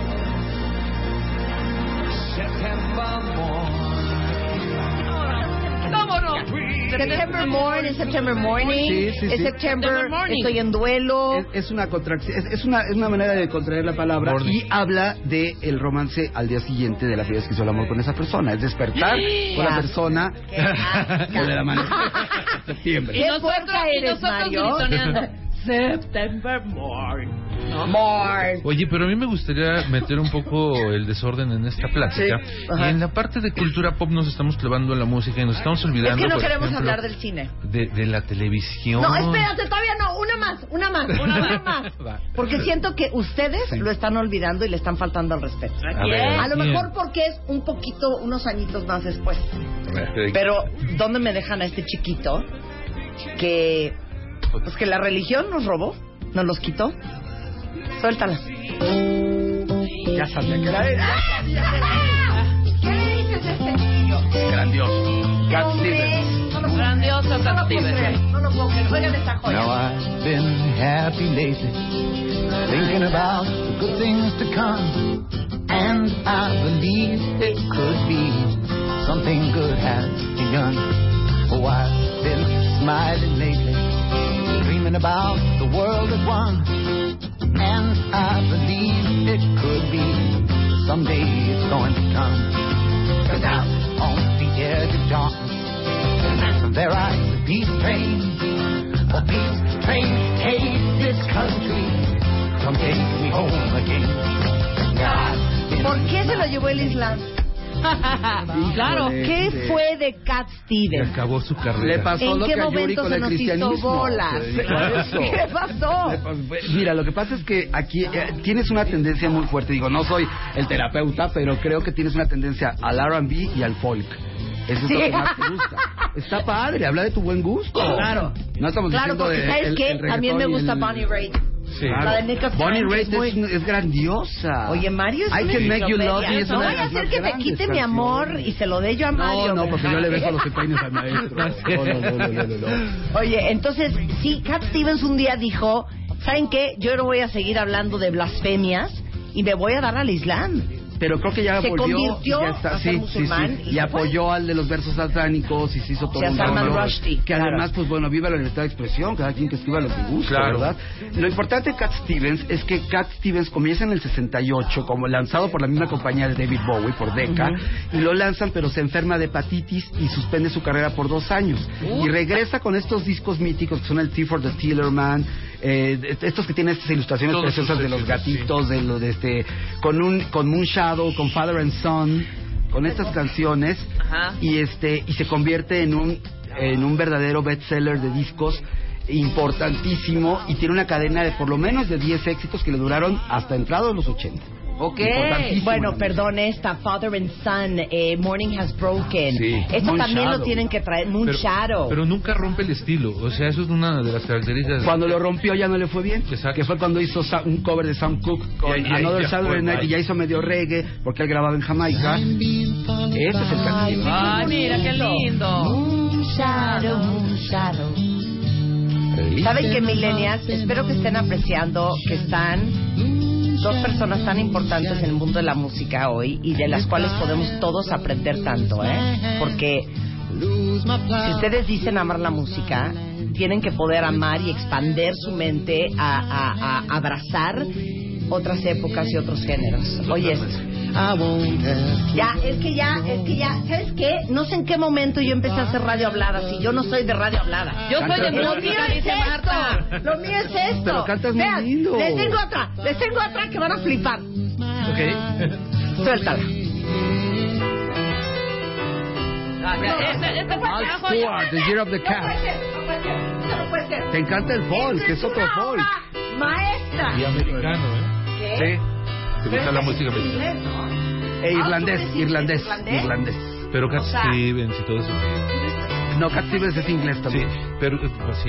¿Cómo no? September Morning, September Morning. Sí. Es September, estoy en duelo. Es una contracción, es una manera de contraer la palabra y habla de el romance al día siguiente de la vez que hizo el amor con esa persona. Es despertar con la persona de la manera de septiembre. Y nosotros gritoneando. September Morning. Oye, pero a mí me gustaría meter un poco el desorden en esta plática. Y en la parte de cultura pop nos estamos clavando en la música y nos estamos olvidando. Es que no queremos hablar del cine. De la televisión. No, espérate, todavía no. Una más. Porque siento que ustedes lo están olvidando y le están faltando al respeto. A lo mejor porque es un poquito, unos añitos más después. Pero, ¿dónde me dejan a este chiquito que... Pues que la religión nos robó, nos los quitó? Suéltala. Ya sabía que era. ¿Qué le dices a este niño? Grandioso. Cat Stevens. Grandioso Cat Stevens. No lo puedo creer. Juegan esta joya. Now I've been happy lately, thinking about the good things to come, and I believe it could be something good has begun. Oh, I've been smiling lately, dreaming about the world at one, and I believe it could be someday it's going to come. 'Cause out on the edge of darkness there rides a peace train. A peace train takes this country from take me home again. ¿Por qué se lo llevó el Islam? Claro. ¿Qué fue de Cat Stevens? Acabó su carrera. Le pasó ¿En lo qué que a Yuri momento con se el nos hizo cristianismo. bolas? ¿Qué pasó? Mira, lo que pasa es que aquí tienes una tendencia muy fuerte. Digo, no soy el terapeuta, pero creo que tienes una tendencia al R&B y al folk. Eso es lo que más te gusta. Está padre, habla de tu buen gusto. Claro. No estamos diciendo porque de ¿sabes qué? A mí me gusta Bonnie Raitt. Sí. La de Nick of Bonnie Time Raitt es grandiosa. Oye, Mario es I Can Make You Love Me es no una de vaya a las ser más que me grandes quite mi amor y se lo dé yo a Mario. No, porque yo le beso los empeines al maestro. No. Oye, entonces, sí, Cat Stevens un día dijo, ¿saben qué? Yo no voy a seguir hablando de blasfemias y me voy a dar al Islam. Pero creo que ya se volvió convirtió y ya está, a ser musulmán y apoyó al de los versos satánicos y se hizo todo un Salman Rushdie, que además pues bueno, viva la libertad de expresión, cada quien que escriba lo que gusta, ¿verdad? Lo importante de Cat Stevens es que Cat Stevens comienza en el 68 como lanzado por la misma compañía de David Bowie, por Decca, y lo lanzan pero se enferma de hepatitis y suspende su carrera por 2 años y regresa con estos discos míticos que son el Tea for the Tillerman, estos que tienen estas ilustraciones todos preciosas de los gatitos, con Moon Shadow, con Father and Son, con estas canciones, y se convierte en un verdadero bestseller de discos importantísimo y tiene una cadena de por lo menos de 10 éxitos que le duraron hasta entrados los 80. Okay. Bueno, perdón, esta Father and Son, Morning Has Broken. Sí. Esto Moon también Shadow. Lo tienen que traer, Moon Shadow. Pero nunca rompe el estilo, o sea, eso es una de las características. Cuando lo rompió ya no le fue bien. Exacto. Que fue cuando hizo un cover de Sam Cooke con Another Saturday Night, y ya hizo medio reggae, porque él grababa en Jamaica. Ese es el canción. Ay, mira, qué lindo. Moon Shadow, Moon Shadow. ¿Saben qué, millennials? Espero que estén apreciando que están dos personas tan importantes en el mundo de la música hoy y de las cuales podemos todos aprender tanto, porque si ustedes dicen amar la música, tienen que poder amar y expandir su mente a abrazar otras épocas y otros géneros. Oye, es que ya, ¿sabes qué? No sé en qué momento yo empecé a hacer radio hablada, si yo no soy de radio hablada. Yo soy de música, dice Marta. Lo mío es esto. Pero cantas muy lindo. Les tengo otra que van a flipar. Ok. Suéltala. Stewart, The Year of the Cat. No puede ser. Te encanta el folk, es otro folk. Maestra. Y americano, ¿eh? ¿Qué? Sí. ¿Te gusta la música americana? Irlandés. Pero Cat Stevens y todo eso. No, Cat Stevens es inglés también. Sí, pero sí.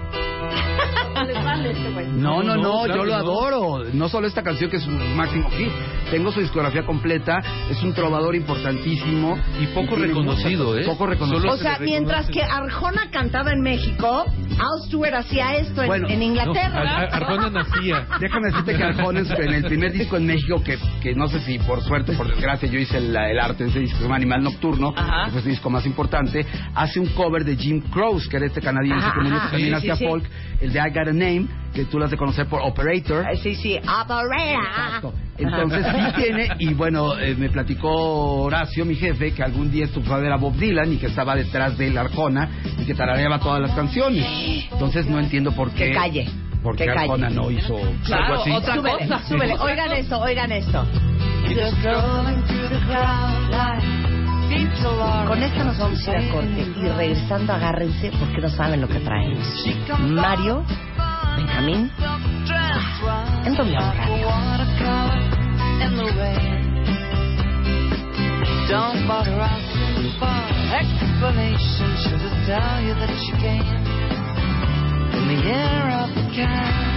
No, yo lo adoro. No solo esta canción que es un máximo hit. Tengo su discografía completa. Es un trovador importantísimo y poco reconocido, Poco reconocido. O sea, mientras que Arjona cantaba en México, Al Stewart hacía esto en Inglaterra. Arjona nacía. Déjame decirte que Arjona en el primer disco en México, que no sé si por suerte o por desgracia yo hice el arte de ese disco, se llama Animal Nocturno, que fue su disco más importante, hace un cover de Jim Croce, que era este canadiense que murió, que también hacía folk, el de I Got a Name, que tú lo has de conocer por Operator. Sí, Operator. Exacto. Entonces sí tiene, y bueno, me platicó Horacio, mi jefe, que algún día estuvo a ver a Bob Dylan y que estaba detrás de él Arjona y que tarareaba todas las canciones. Entonces no entiendo por qué. Que calle. Porque Arjona no hizo algo así. Otra cosa. Súbele. Oigan esto. Con esto nos vamos a ir a corte y regresando agárrense porque no saben lo que traemos. Mario, Benjamín, en doble radio. Don't bother asking for explanation. She'll just tell you that she came in the year of the cat.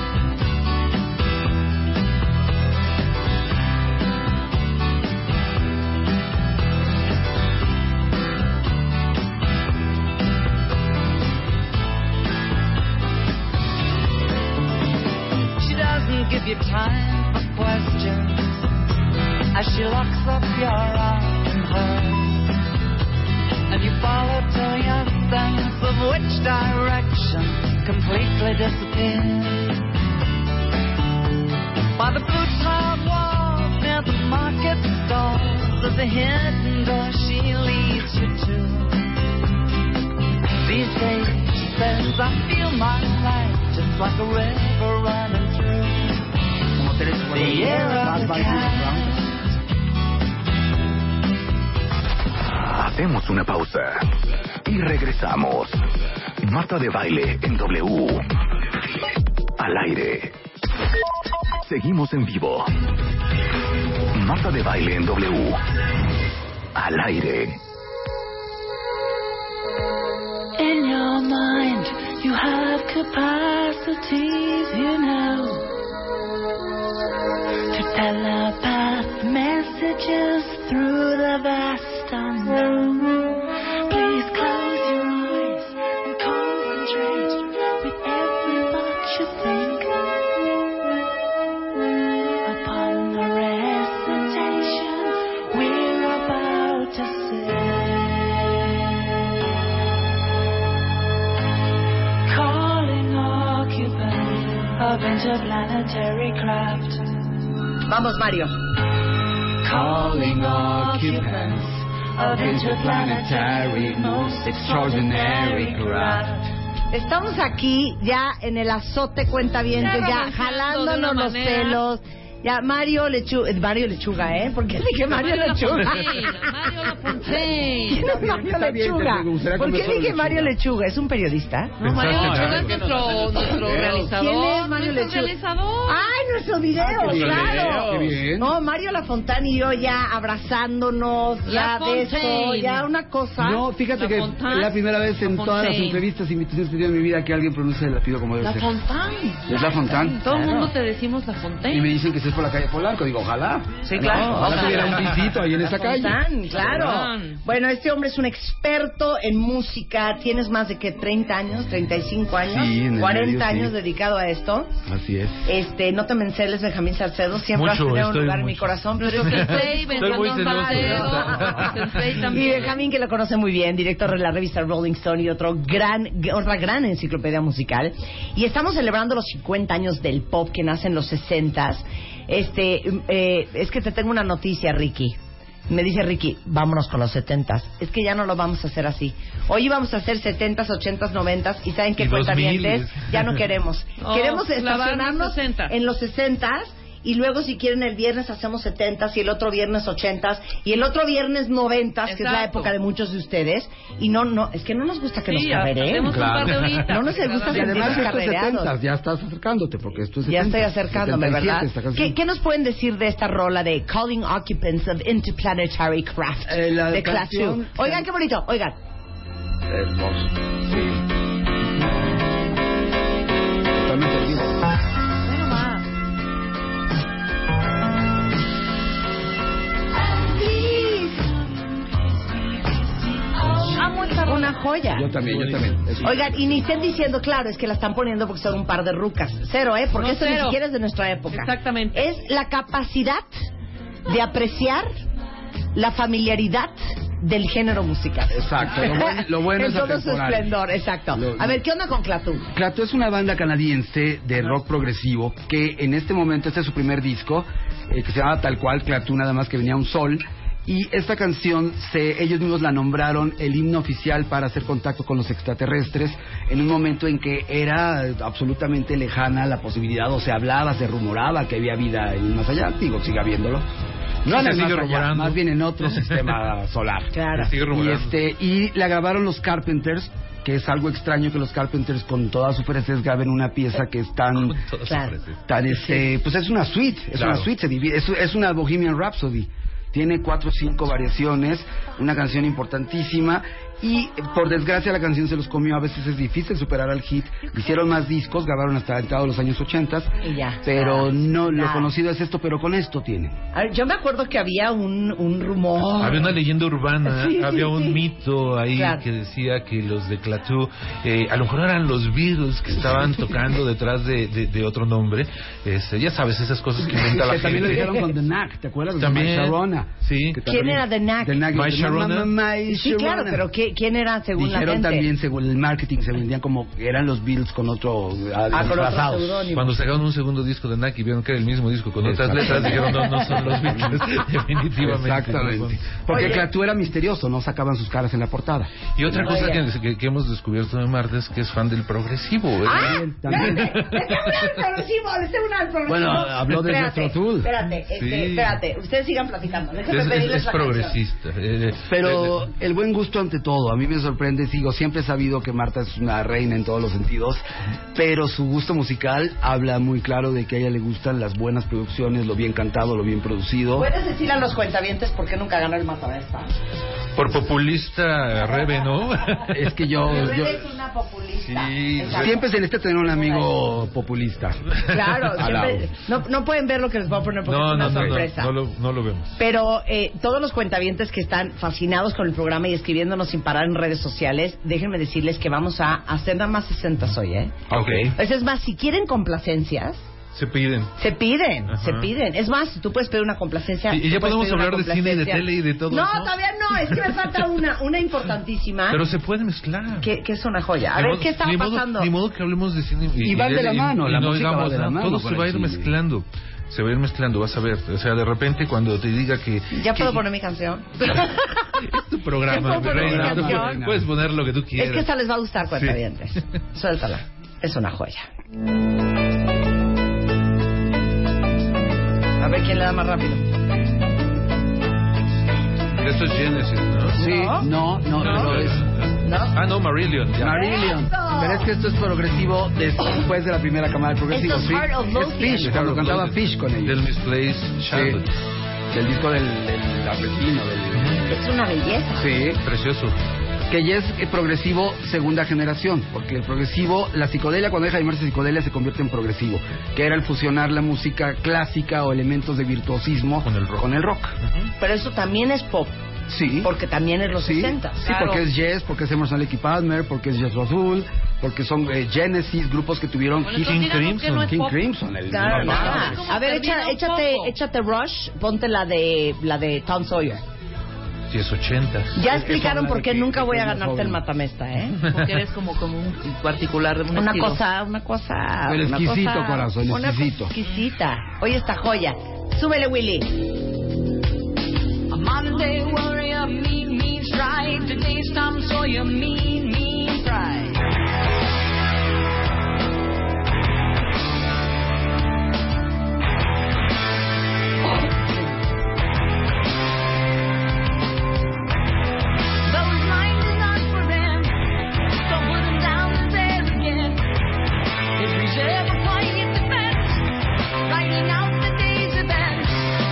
She doesn't give you time for questions as she locks up your arm in hers, and you follow till your sense of which direction completely disappears. By the blue-tiled walls near the market stalls, there's a hidden door she leads you to. These days, she says, I feel my life just like a river running through the year of the cat. Hacemos una pausa y regresamos. Marta de Baile en W. Al aire. Seguimos en vivo. Marta de Baile en W. Al aire. In your mind, you have capacities, you know, to telepath messages through the vast unknown. Please close your eyes and concentrate with every thought you think upon the recitation we're about to sing. Calling occupants of interplanetary craft. Vamos, Mario. Calling occupants of interplanetary most extraordinary craft. Estamos aquí ya en el azote cuentavientes, ya jalándonos los pelos, Ya, Mario Lechuga, ¿eh? ¿Por qué dije Mario Lechuga? Mario Lafontaine. ¿Quién es Mario Lechuga? ¿Por qué dije Mario Lechuga? ¿Es un periodista? No, Mario Lechuga es nuestro realizador. ¿Quién es Mario Lechuga? Realizador. ¡Ay, nuestro video! ¡Claro! Qué bien. No, Mario Lafontaine y yo ya abrazándonos, ya besos, ya una cosa. No, fíjate que es la primera vez en todas las entrevistas y invitaciones que he tenido en mi vida que alguien pronuncia el apellido como debe ser. Lafontaine. Es Lafontaine. Todo el mundo te decimos Lafontaine. Y me dicen que si es por la calle Polanco. Digo, ojalá. Sí, claro. Ojalá tuviera un visito ahí en esa calle. Claro. Bueno, este hombre es un experto en música. ¿Tienes más de qué? 30 años, 35 años, sí, 40 medio, años sí. dedicado a esto. Así es. No te menceles, Benjamín Salcedo. Siempre vas a tener un lugar en mi corazón. Pero Sensei, Benjamín Salcedo. Sensei también. Y Benjamín, que lo conoce muy bien, director de la revista Rolling Stone y otra gran enciclopedia musical. Y estamos celebrando los 50 años del pop que nace en los 60s. Es que te tengo una noticia, Ricky. Me dice Ricky, vámonos con los 70s. Es que ya no lo vamos a hacer así. Hoy íbamos a hacer 70s, 80s, 90s. ¿Y saben qué, cuentavientes? Ya no queremos. Queremos estacionarnos en los 60s. Y luego, si quieren, el viernes hacemos 70s y el otro viernes 80s y el otro viernes 90s, que es la época de muchos de ustedes. Y es que no nos gusta que nos carreremos. Claro. No nos gusta y además sentirnos carrereados. 70s, ya estás acercándote, porque esto es 70s. Ya estoy acercándome, 77, ¿verdad? ¿Qué nos pueden decir de esta rola de Calling Occupants of Interplanetary Craft de Klaatu? Oigan, qué bonito, oigan. Hermoso. Sí. Totalmente en vivo. Una joya. Yo también. Oigan, y ni estén diciendo, claro, es que la están poniendo porque son un par de rucas. Cero, porque eso ni siquiera es de nuestra época. Exactamente. Es la capacidad de apreciar la familiaridad del género musical. Exacto. Lo bueno en es todo su esplendor, exacto. A ver, ¿qué onda con Klaatu? Klaatu es una banda canadiense de rock progresivo que en este momento, este es su primer disco, que se llama tal cual Klaatu, nada más que venía un sol. Y esta canción, ellos mismos la nombraron el himno oficial para hacer contacto con los extraterrestres en un momento en que era absolutamente lejana la posibilidad, o se hablaba, se rumoraba que había vida en el más allá. Digo, sigue habiéndolo. No en el más allá, más bien en otro sistema solar. Claro. Y la grabaron los Carpenters, que es algo extraño que los Carpenters con toda su freses graben una pieza que es tan pues es una suite, una suite, se divide, es una Bohemian Rhapsody. Tiene 4 o 5 variaciones, una canción importantísima. Y por desgracia la canción se los comió. A veces es difícil superar al hit. Hicieron más discos, grabaron hasta entrado los años 80, pero lo conocido es esto, pero con esto tienen. A ver, yo me acuerdo que había un rumor. Había una leyenda urbana, había un mito ahí que decía que los de Klaatu a lo mejor eran los Beatles que estaban tocando detrás de otro nombre. Ya sabes, esas cosas que inventa la gente. También lo hicieron con The Knack, ¿te acuerdas? También. De My Sharona. Sí. ¿Quién era The Knack? My Sharona. Sí, claro, pero ¿quién era según la gente? Dijeron también, según el marketing, se vendían como eran los Beatles con otro disfrazados. Cuando sacaron un segundo disco de Knack y vieron que era el mismo disco con otras letras, dijeron no son los Beatles. Definitivamente. Exactamente. Porque Klaatu era misterioso, no sacaban sus caras en la portada. Y otra cosa que hemos descubierto de Marta es que es fan del progresivo. También. Les tengo una al progresivo. Bueno, habló de nuestro tool. Espérate, ustedes sigan platicando. Déjenme pedirles es progresista. Pero el buen gusto ante todo. A mí me sorprende, siempre he sabido que Marta es una reina en todos los sentidos, pero su gusto musical habla muy claro de que a ella le gustan las buenas producciones, lo bien cantado, lo bien producido. ¿Puedes decir a los cuentavientes por qué nunca ganó el Matabesta? Por populista, Rebe, ¿no? Es que yo es una populista. Sí, siempre se necesita tener un amigo populista. Claro, siempre, no pueden ver lo que les voy a poner porque es una sorpresa. No lo vemos. Pero todos los cuentavientes que están fascinados con el programa y escribiéndonos sin parar en redes sociales, déjenme decirles que vamos a hacer nada más 60 hoy, ¿eh? Okay. Es más, si quieren complacencias, se piden. Es más, tú puedes pedir una complacencia. Y ya podemos hablar de cine y de tele y de todo. No, todavía no. Es que me falta una importantísima. Pero se puede mezclar. Que es una joya. A ver, ¿qué está pasando? Ni modo que hablemos de cine y van de la mano. La música va de la mano. Todo se va a ir mezclando. Se va a ir mezclando, vas a ver. O sea, de repente cuando te diga que... ¿Ya puedo poner mi canción? Es tu programa, reina. Puedes poner lo que tú quieras. Es que esta les va a gustar, cuentavientes. Suéltala. Es una joya. ¿Quién le da más rápido? Esto es Genesis, ¿no? Sí, no, pero es... ¿No? Ah, no, Marillion. Ya. Marillion. Pero es que esto es progresivo después de la primera camada de progresivo. Esto es Heart of Es Lothian. Fish, cuando cantaba Fish con ellos. Del Misplaced Childhood. Del disco del asesino. Es una belleza. Sí. Precioso. Que ya es progresivo segunda generación, porque el progresivo, la psicodelia, cuando deja de llamarse psicodelia, se convierte en progresivo, que era el fusionar la música clásica o elementos de virtuosismo con el rock. Pero eso también es pop. Sí. Porque también es los 60. Sí, Claro. porque es Yes, porque es Emerson Lake y Palmer, porque es Jethro Tull, porque son Genesis, grupos que tuvieron Bueno, hit. entonces digamos que no es King pop. Crimson, Claro, nada. Como A ver, termina un poco. échate Rush, ponte la de Tom Sawyer. Sí, es 80. Ya explicaron por qué nunca voy a que es ganarte el joven. matamesta, ¿eh? Porque eres como un particular, un Una estilo. cosa. Pero una exquisito, cosa- corazón, una exquisito. cosa exquisita. Oye, esta joya. Súbele, Willy. A Monday warrior, mean strike. Today's Tom Sawyer, mean pride. Those lines are not for them. Don't put them down there again. It's reserved for quiet defense. Writing out the day's events.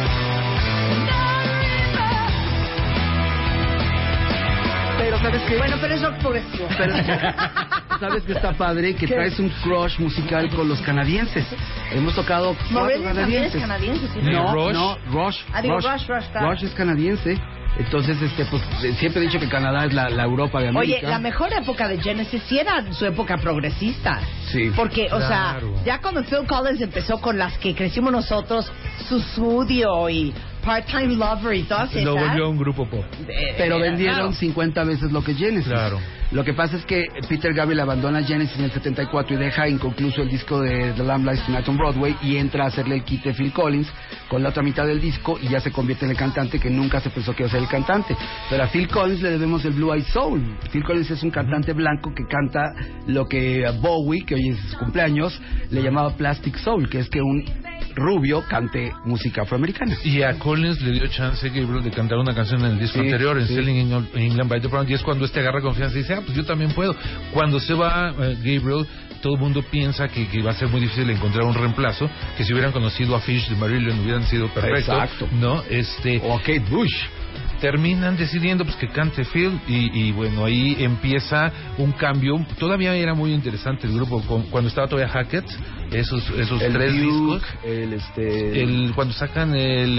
Pero ¿sabes qué? Bueno, pero es rock progresivo. Pero, ¿sabes qué está padre? Que traes un crush musical con los canadienses. Hemos tocado Morelia cuatro también es canadienses. canadiense, ¿sí? No, Rush. no, Rush. Ah, digo, Rush, claro. Rush es canadiense. Entonces, pues siempre he dicho que Canadá es la Europa de América. Oye, la mejor época de Genesis sí era su época progresista. Sí. Porque, o sea, Claro. ya cuando Phil Collins empezó con las que crecimos nosotros, Susudio y Part-Time Lover y todas esas. Lo volvió un grupo pop. Pero vendieron claro. 50 veces lo que Genesis. Claro. Lo que pasa es que Peter Gabriel abandona Genesis en el 74 y deja inconcluso el disco de The Lamb Lies Tonight on Broadway y entra a hacerle el quite Phil Collins con la otra mitad del disco y ya se convierte en el cantante que nunca se pensó que iba a ser el cantante. Pero a Phil Collins le debemos el Blue Eyed Soul. Phil Collins es un cantante blanco que canta lo que Bowie, que hoy es su cumpleaños, le llamaba Plastic Soul, que es que un rubio cante música afroamericana. Y a Collins le dio chance Gabriel de cantar una canción en el disco Sí, anterior, en sí. Selling in England by the Pound, y es cuando agarra confianza y dice, pues yo también puedo. Cuando se va Gabriel, todo el mundo piensa que va a ser muy difícil encontrar un reemplazo, que si hubieran conocido a Fish de Marillion hubieran sido perfectos. Exacto. ¿No? O a Kate Bush. Terminan decidiendo pues que cante Phil y bueno, ahí empieza un cambio. Todavía era muy interesante el grupo cuando estaba todavía Hackett, esos El tres Duke, discos. Cuando sacan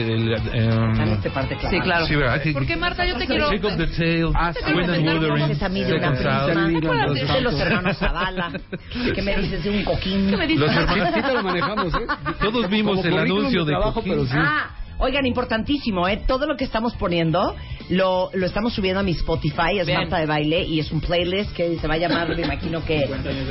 En este parte, claro. Sí, claro. Sí, ¿verdad? Porque Marta, yo te quiero... Shake of the Tail, Ah, sí. Wind and ¿Qué me Wuthering, dices a mí de una Second Sound. prima? Second ¿Qué me Sound. dices de los hermanos Zavala? ¿Qué me dices de un coquín? ¿Qué me dices? Los hermanos- Sí te lo manejamos, ¿eh? Todos vimos Como el currículum anuncio de trabajo, Coquín. pero sí. Ah, oigan, importantísimo, ¿eh? Todo lo que estamos poniendo lo estamos subiendo a mi Spotify, es Bien. Marta de Baile, y es un playlist que se va a llamar, me imagino que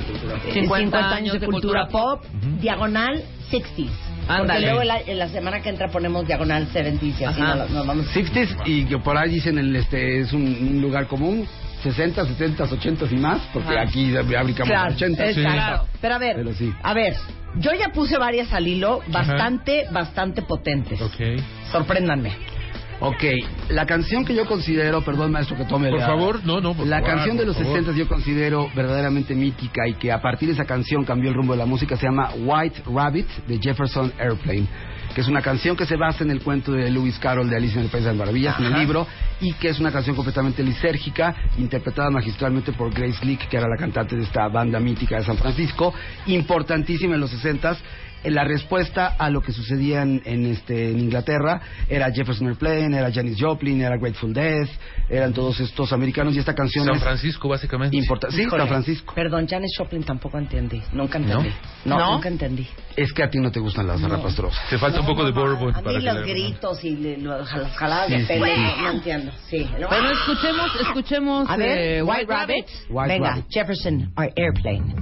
50 años de cultura pop, diagonal 60s. Porque Ándale. luego en la semana que entra ponemos diagonal 70s y así Ajá. nos vamos. 60s y que por ahí dicen es un lugar común. 60, 70, 80 y más, porque Ajá. aquí abricamos Claro, 80. exacto. Pero Pero sí. a ver, yo ya puse varias al hilo bastante potentes. Ok. Sorpréndanme. Ok, la canción que yo considero, perdón maestro que tome Por la- favor, no, por la favor, canción de por los favor. 60 yo considero verdaderamente mítica y que a partir de esa canción cambió el rumbo de la música, se llama White Rabbit de Jefferson Airplane, que es una canción que se basa en el cuento de Lewis Carroll de Alicia en el País de las Maravillas, en el libro, y que es una canción completamente lisérgica, interpretada magistralmente por Grace Leak, que era la cantante de esta banda mítica de San Francisco, importantísima en los 60s. La respuesta a lo que sucedía en Inglaterra era Jefferson Airplane, era Janis Joplin, era Grateful Dead, eran todos estos americanos, y esta canción San es Francisco, básicamente. importante. Sí, Híjole, San Francisco. Perdón, Janis Joplin tampoco entendí. Nunca entendí. ¿No? Nunca entendí. Es que a ti no te gustan las zarrapastrosas. Te falta un poco de bourbon A para mí que los le- gritos y las jaladas Sí, de sí, pelo, sí. no entiendo. Sí. Bueno, escuchemos A ver, White Rabbit. White Venga, Rabbit. Jefferson Airplane.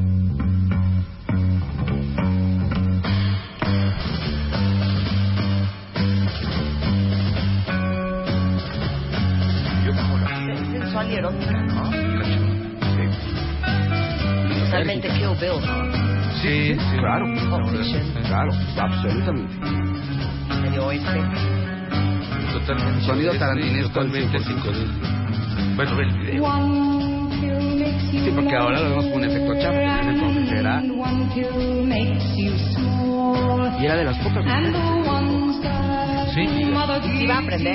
Es sensual y erótica, ¿no? Totalmente Kill Bill, ¿no? Sí, sí. Claro, Pulp Fiction. claro, absolutamente. medio oeste. Totalmente. Sonido tarantinesco. Totalmente psicodélico. Bueno, ve el video. Sí, porque ahora lo vemos con un efecto chafa, que entonces era... Y era de las pocas mujeres. Sí. ¿Sí va a aprender?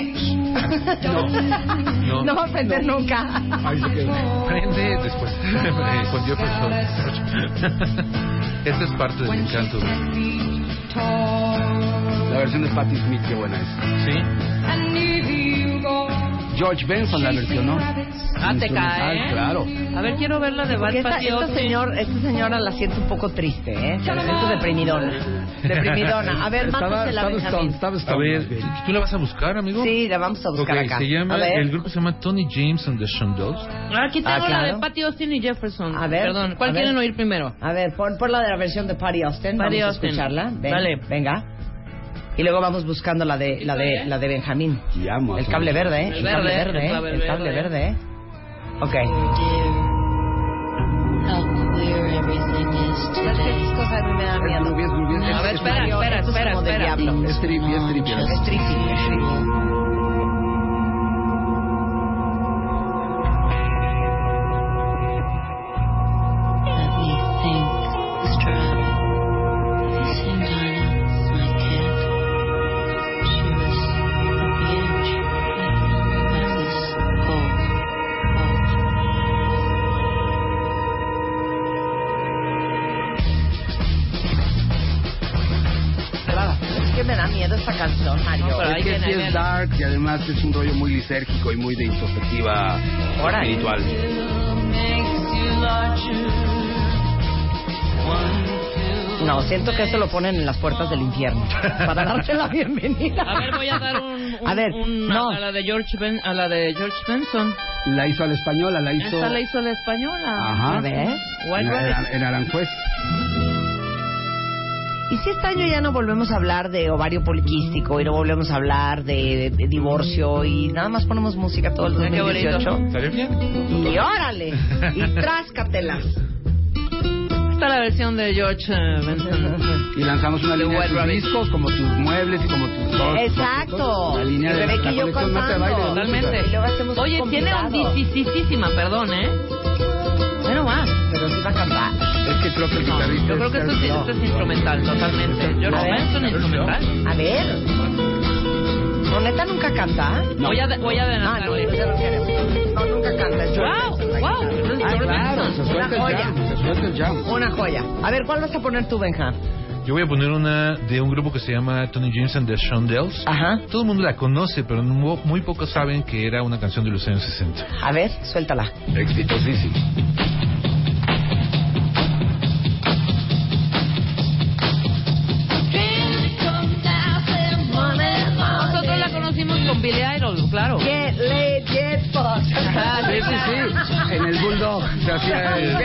No. No va a aprender nunca. Ahí se quedó. Aprende después. Con Jefferson. Esta es parte del encanto. La versión de Patti Smith, qué buena es. Sí. George Benson la versionó. Te cae. Claro. A ver, quiero ver la de Bad Patty Austin. Esta señora la siento un poco triste, ¿eh? La siento deprimidona. A ver, mátasela, Benjamín. A ver, ¿tú la vas a buscar, amigo? Sí, la vamos a buscar acá. Se llama, el grupo se llama Tony James and the Shondells. Aquí tengo la de Patty Austin y Jefferson. A ver. Perdón, ¿cuál quieren oír primero? A ver, pon la de la versión de Patty Austin. Patty Vamos Austin. a escucharla. Dale. Venga. Y luego vamos buscando la de Benjamín. El cable verde, ¿eh? El cable verde, ¿eh? Ok. Esas cosas a mí me dan miedo. A ver, espera. Es trippy. Me da miedo esta canción, Mario. No, es que sí es dark y además es un rollo muy lisérgico y muy de introspectiva espiritual. No, siento que eso lo ponen en las puertas del infierno para darte la bienvenida. A ver, voy a dar a la de George Benson. La hizo a la española, Esta la hizo a la española. Ajá. A ver. En Aranjuez. ¿Y si este año ya no volvemos a hablar de ovario poliquístico y no volvemos a hablar de divorcio y nada más ponemos música todo el 2018? ¿Estaría bien? Y órale, y tráscatelas. Está la versión de George Benson. Y lanzamos una línea de tus discos, como tus muebles y como tus... Exacto. La línea de Rebeca y yo cantando. Totalmente. Y luego hacemos Oye, tiene ondisísima, perdón, ¿eh? Bueno, más. Pero sí va a cantar. Es que creo que el guitarrista... Yo creo que esto es instrumental, totalmente. George Benson es instrumental. A ver. ¿No, neta nunca canta? No. Voy a adelantarle. No, nunca canta. ¡Wow! Claro, se suelta el jam. Una joya. A ver, ¿cuál vas a poner tú, Benja? Yo voy a poner una de un grupo que se llama Tony James and the Shondells. Ajá. Todo el mundo la conoce, pero muy pocos saben que era una canción de los años 60. A ver, suéltala. Exitosísimo. Nosotros la conocimos con Billy Idol, claro. Get laid, get fucked. Sí. En el Bulldog se hacía el...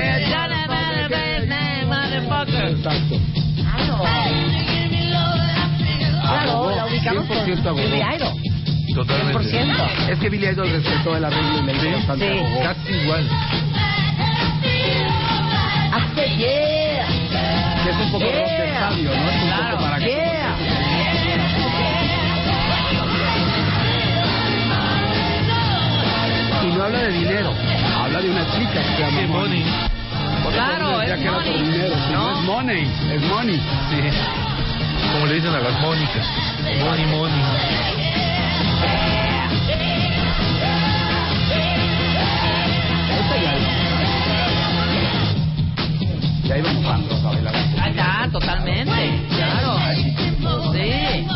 Exacto. Claro, la ubicamos con 100% Billy Idol. Totalmente. 100%. Es que Billy Idol respetó el arreglo y le hizo bastante. Sí. Casi igual. Hace yeah. Que es un poco rock de estadio, ¿no? Es un poco para que... Yeah. Y no habla de dinero, habla de una chica que se llama Money. Claro, ya es que era por Money. dinero, si no es money, es money. Sí. Como le dicen a las Mónicas. Money. Ya íbamos a bailar. Ya, totalmente. Claro. Sí.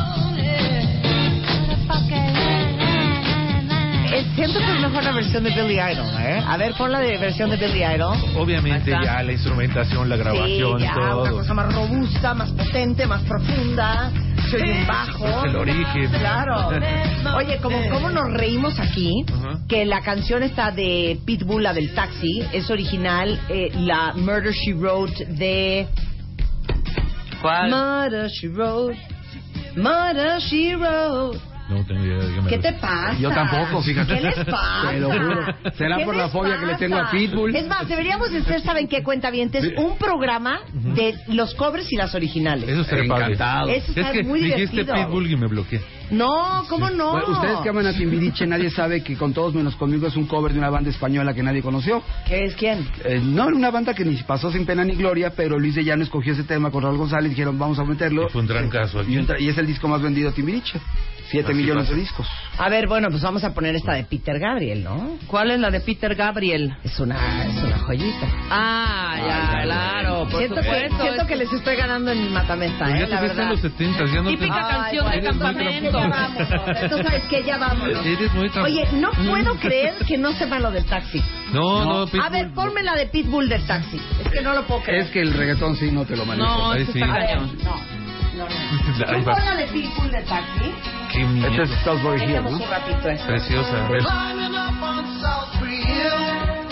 Siento que es mejor la versión de Billy Idol, ¿eh? A ver, pon la de versión de Billy Idol. Obviamente ya la instrumentación, la grabación, sí, ya, todo. una cosa más robusta, más potente, más profunda. Soy un bajo. Es el origen. Claro. Oye, ¿cómo nos reímos aquí? Que la canción esta de Pitbull, la del taxi, es original, la Murder She Wrote de... ¿Cuál? Murder She Wrote. Murder She Wrote. No No tengo idea de qué me ¿Qué te pasa? Yo tampoco, fíjate. ¿Qué les pasa? Te lo juro. ¿Será ¿Qué por la les fobia que le tengo a pasa? Pitbull? Es más, deberíamos de hacer, ¿saben qué, cuentavientes? Sí. Un programa de los covers y las originales. Eso estaría padre. Encantado. Eso Es está que muy dijiste divertido. Pitbull y me bloqueé. No, ¿cómo no? Bueno, ustedes que aman a Timbiriche, nadie sabe que Con Todos Menos Conmigo es un cover de una banda española que nadie conoció. ¿Qué es quién? No, era una banda que ni pasó sin pena ni gloria, pero Luis de Llano escogió ese tema con Raúl González y dijeron, vamos a meterlo. Y fue un trancazo aquí. Y es el disco más vendido de Timbiriche. 7 Así millones pasa. de discos. A ver, bueno, pues vamos a poner esta de Peter Gabriel, ¿no? ¿Cuál es la de Peter Gabriel? Es una joyita. Ah, ya, claro. Por Siento supuesto, que les estoy ganando en Matamesta, Pues ya la te fuiste verdad. en los 70, ya no Típica te... canción de bueno, campamento. Ya vámonos. Entonces, ¿sabes qué? Ya vámonos. Eres muy Oye, no puedo creer que no sepa lo del taxi. No, Pitbull. A ver, ponme la de Pitbull del taxi. Es que no lo puedo creer. Es que el reggaetón sí no te lo manejo. No, Ahí esto sí. está A ver, cañón. no. Ahí ¿Tú va. pon la de Pitbull del taxi? Qué miedo. Este es Salisbury Hill, Dejemos ¿no? un ratito esto. Preciosa. A ver. Climbing up on Salisbury Hill,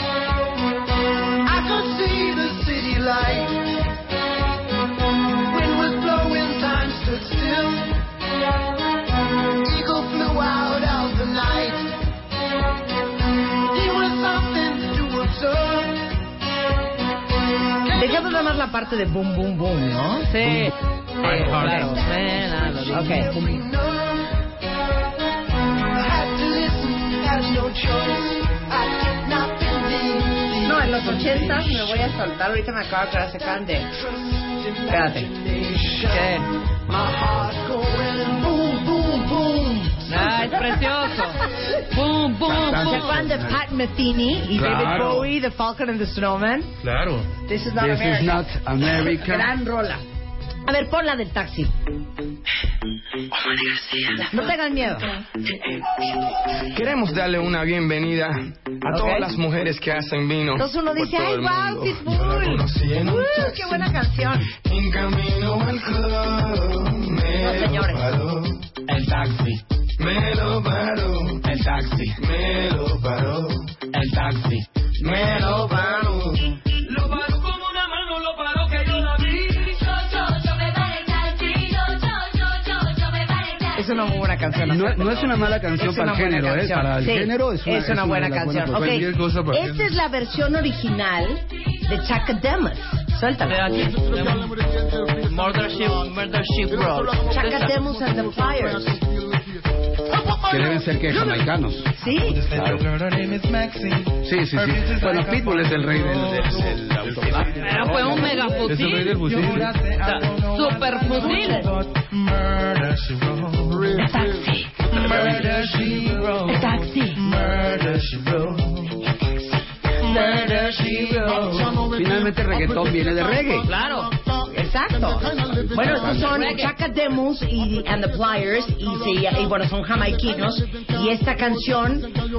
I could see the city light. Wind was blowing, time stood still. Eagle flew out of the night. It was something to observe. Dejemos nada más la parte de boom, boom, boom, ¿no? Sí. Claro. Ok. I had to listen, had no choice. I did not believe. No, en los 80s me voy a saltar. Ahorita me acabo de acordar, se acaban de... Espérate. ¿Qué? My heart going boom, boom, boom. Ah, es precioso. Boom, boom, ¿Se boom. acuerdan de Pat Metheny y David Claro. Bowie, The Falcon and the Snowman? Claro. This is not This America. is not America. Gran rola. A ver, pon la del taxi. No tengan miedo. Queremos darle una bienvenida a todas las mujeres que hacen vino. Entonces uno dice, por todo ¡ay, el wow, mundo. Pitbull! Yo la conocí en un taxi. ¡Qué buena canción! En camino al club, me No, señores. lo paró el taxi. Me lo paró el taxi. Me lo paró el taxi. Me lo paró. Lo paró con una mano, lo paró que yo la vi. Es una muy buena canción. No es una mala canción Es para una el buena género, canción. Para el Sí, género es una buena de las canción. buenas. Ok, Cualquier cosa para esta es la versión original de Chaka Demus. De Suéltala. aquí. Murder Ship Road. Chaka Demus and the Flyers. Que deben ser que jamaicanos. Sí. Claro. Sí, sí, sí. Bueno, Pitbull es el rey del autoplan. Pero fue un mega Es el rey del fusil. fusil. Super fusil. El taxi. Murder, she wrote. El taxi. Murder, she wrote. Murder, she wrote. Finalmente el reggaetón viene de reggae. Claro. Exacto. Bueno, estos son Chaka Demus y and the Pliers y bueno, son jamaiquinos y esta canción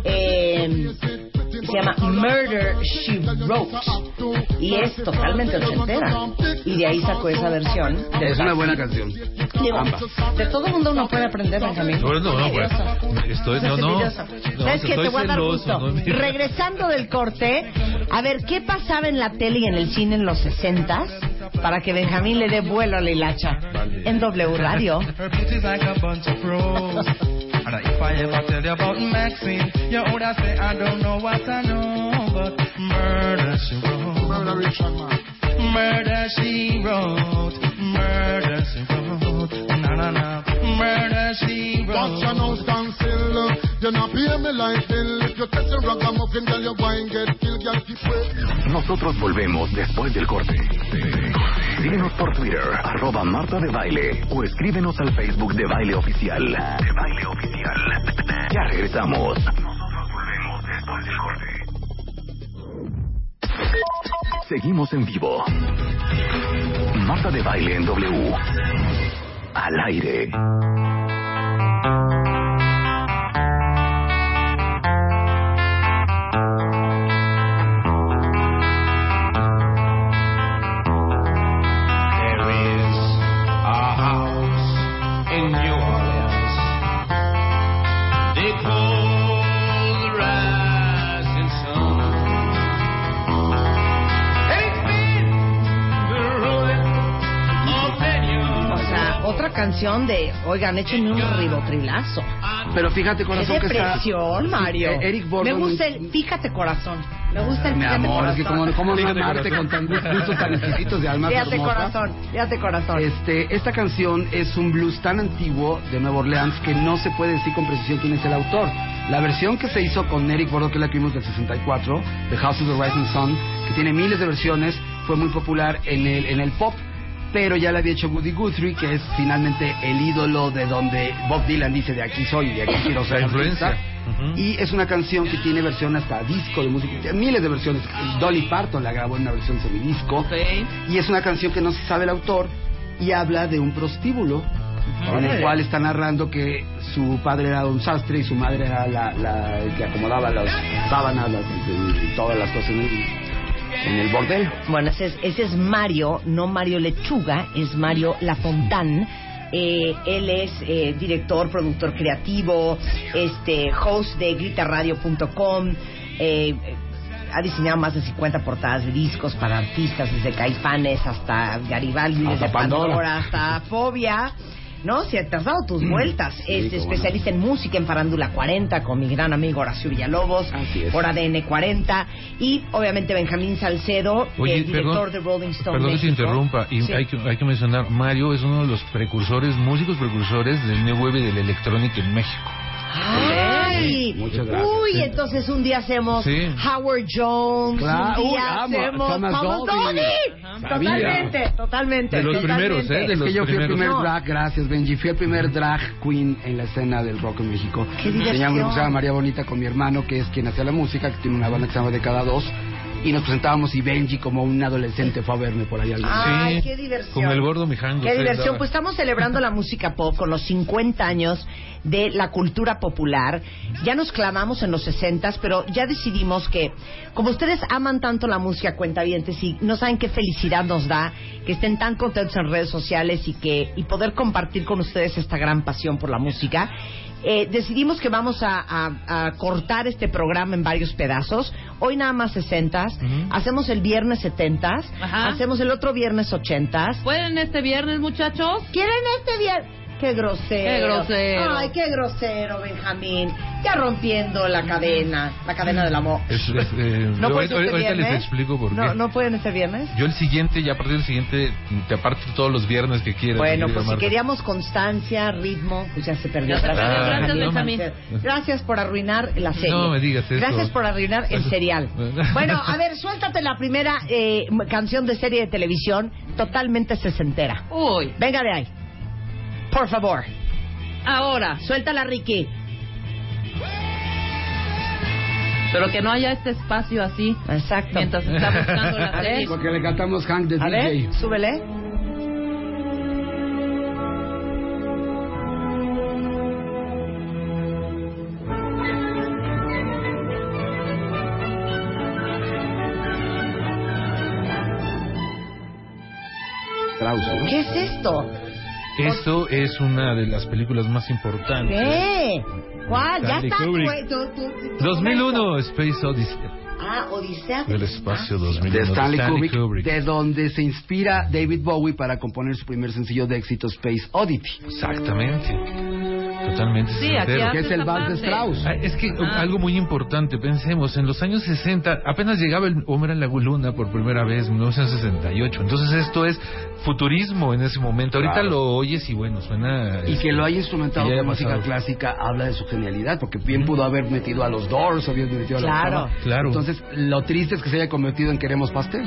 se llama Murder She Wrote y es totalmente ochentera y de ahí sacó esa versión. Es una buena canción. Digo, Ambas. de todo mundo uno puede aprender, Benjamín. No, pues. Estoy, no. ¿Sabes qué? Te voy a dar celoso, gusto. ¿no? Regresando del corte, a ver, ¿qué pasaba en la tele y en el cine en los 60s? Para que Benjamín le dé vuelo a la hilacha. En W Radio. Her beauty's like a bunch of pros. And if I ever tell you about Maxine, you would have say I don't know what I know, but murder she wrote. Murder she wrote. Murder she wrote. Na na na. Murder she wrote. Watch your nose stand still. You not pay me like bill. If you touch a ragamuffin, girl, you wine get killed, girl, keep wait. Nosotros volvemos después del corte. Síguenos por Twitter, @Marta de Baile, o escríbenos al Facebook de Baile Oficial. De Baile Oficial. Ya regresamos. Nosotros volvemos después del corte. Seguimos en vivo. Marta de Baile en W. Al aire. O sea, otra canción de, oigan, échenme un ribotrilazo. Pero fíjate, corazón, ¡Qué que está... depresión, Mario! Eric Burdon... Me gusta el fíjate, corazón. Me gusta el Mi fíjate, amor, corazón. es que cómo no amarte con tan gustos tan exquisitos de almas Fíjate, hermosas. corazón. Fíjate, corazón. Esta canción es un blues tan antiguo de Nueva Orleans que no se puede decir con precisión quién es el autor. La versión que se hizo con Eric Burdon, que es la que vimos del 64, The House of the Rising Sun, que tiene miles de versiones, fue muy popular en el pop, pero ya la había hecho Woody Guthrie, que es finalmente el ídolo de donde Bob Dylan dice de aquí soy y de aquí quiero ser. La influencia. Y es una canción que tiene versión hasta disco de música, tiene miles de versiones. Dolly Parton la grabó en una versión semidisco. Y es una canción que no se sabe el autor y habla de un prostíbulo en el cual está narrando que su padre era un sastre y su madre era la que acomodaba las sábanas y todas las cosas en el bordel. Bueno, ese es Mario, no Mario Lechuga, es Mario Lafontaine. Él es director, productor creativo, host de gritarradio.com, ha diseñado más de 50 portadas de discos para artistas, desde Caifanes hasta Garibaldi, desde Pandora hasta Fobia. ¿No? Si te has dado tus vueltas. Sí, Especialista en música en Farándula 40 con mi gran amigo Horacio Villalobos por ADN 40 y obviamente Benjamín Salcedo, el director de Rolling Stone. Perdón que te interrumpa, y sí. hay que mencionar, Mario es uno de los precursores, músicos precursores del New Wave y de la electrónica en México. ¡Ay! Muchas gracias. Uy, entonces un día hacemos Howard Jones, Claro. un día hacemos Thomas Dolby. Totalmente. De los primeros, de Es los que yo fui el primeros. primer drag, gracias Benji, fui el primer drag queen en la escena del rock en México. ¡Qué diversión! Tenía un grupo que se llama María Bonita con mi hermano, que es quien hacía la música, que tiene una banda que se llama De Cada Dos, y nos presentábamos y Benji como un adolescente fue a verme por allá. ¡Ay, qué diversión! Como el gordo Mijango. ¡Qué diversión! Pues estamos celebrando la música pop con los 50 años de la cultura popular. Ya nos clavamos en los 60s, pero ya decidimos que, como ustedes aman tanto la música, cuentavientes, y no saben qué felicidad nos da que estén tan contentos en redes sociales y poder compartir con ustedes esta gran pasión por la música, decidimos que vamos a cortar este programa en varios pedazos. Hoy nada más 60s, hacemos el viernes 70s, hacemos el otro viernes 80s. ¿Pueden este viernes, muchachos? ¿Quieren este viernes? ¡Qué grosero! ¡Qué grosero! ¡Ay, qué grosero, Benjamín! Ya rompiendo la cadena del amor. ¿No pueden este ahorita viernes? les explico por qué. ¿No pueden este viernes? Yo el siguiente, ya a partir del siguiente, te aparto todos los viernes que quieras. Bueno, pues Marta. si queríamos constancia, ritmo, pues ya se perdió. Ya se perdió. Gracias, Benjamín. Benjamín. Gracias por arruinar la serie. No me digas eso. Gracias por arruinar el serial. Bueno, a ver, suéltate la primera canción de serie de televisión totalmente sesentera. Uy. Venga de ahí. Por favor. Ahora. Suéltala, Ricky. Pero que no haya este espacio así. Exacto. Mientras está buscando la serie. Porque le cantamos Hank de A DJ. ver, súbele. ¿Qué es esto? Esto es una de las películas más importantes. ¿Qué? ¿Cuál? Ya Stanley está. Kubrick. Tu 2001, Space Odyssey. Odisea Del espacio 2001. De Stanley Kubrick, de donde se inspira David Bowie para componer su primer sencillo de éxito, Space Oddity. Exactamente. Totalmente. Sí, aquí que es el vals de Strauss. Es que algo muy importante, pensemos, en los años 60 apenas llegaba el hombre a la luna por primera vez, en 1968. Entonces esto es futurismo en ese momento. Ahorita lo oyes y bueno, suena... Y que lo haya instrumentado con música clásica habla de su genialidad, porque bien pudo haber metido a los Doors, había metido a la Octava. Claro. Entonces, lo triste es que se haya convertido en Queremos Pastel.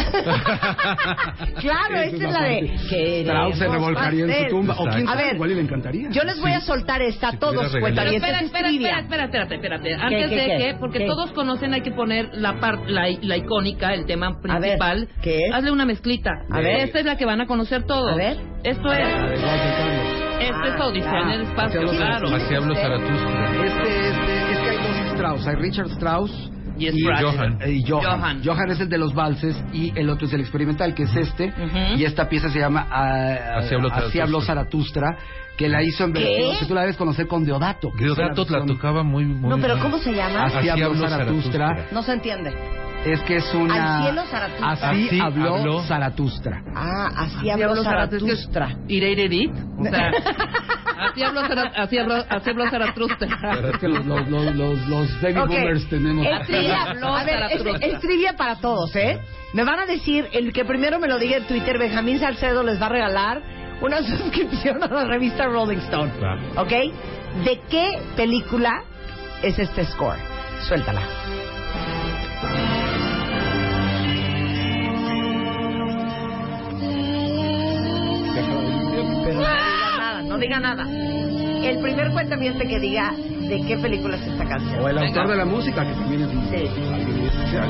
Claro, esa es la de Strauss se revolcaría en su tumba. O quién sabe, a ver, igual le encantaría. Yo les voy a soltar esta, todos cuentavientes. Espérate. Antes de que, porque todos conocen, hay que poner la icónica, el tema principal. ¿Qué es? Hazle una mezclita. A ver. Esta es la que van a conocer todos. A ver. Esto es. Este es Odisea en el espacio, claro. Así habló Zaratustra. Es que hay dos Strauss. Hay Richard Strauss y Johann. Johann es el de los valses y el otro es el experimental, que es este. Y esta pieza se llama Así habló Zaratustra, que la hizo en versión que tú la debes conocer con Deodato. Deodato la tocaba muy No, pero ¿cómo se llama? Así habló Zaratustra. No se entiende. Es que es una... Al cielo Zaratustra. Así habló Zaratustra. Así habló Zaratustra. Ireirerit. O sea, Así habló Zaratustra. Es que los baby boomers tenemos. Es trivia para todos, ¿eh? Me van a decir, el que primero me lo diga en Twitter, Benjamín Salcedo les va a regalar una suscripción a la revista Rolling Stone. Claro. ¿Ok? ¿De qué película es este score? Suéltala. Pero no diga nada. El primer cuentaviente que diga de qué película es esta canción. O el autor de la música, que también es alguien muy especial.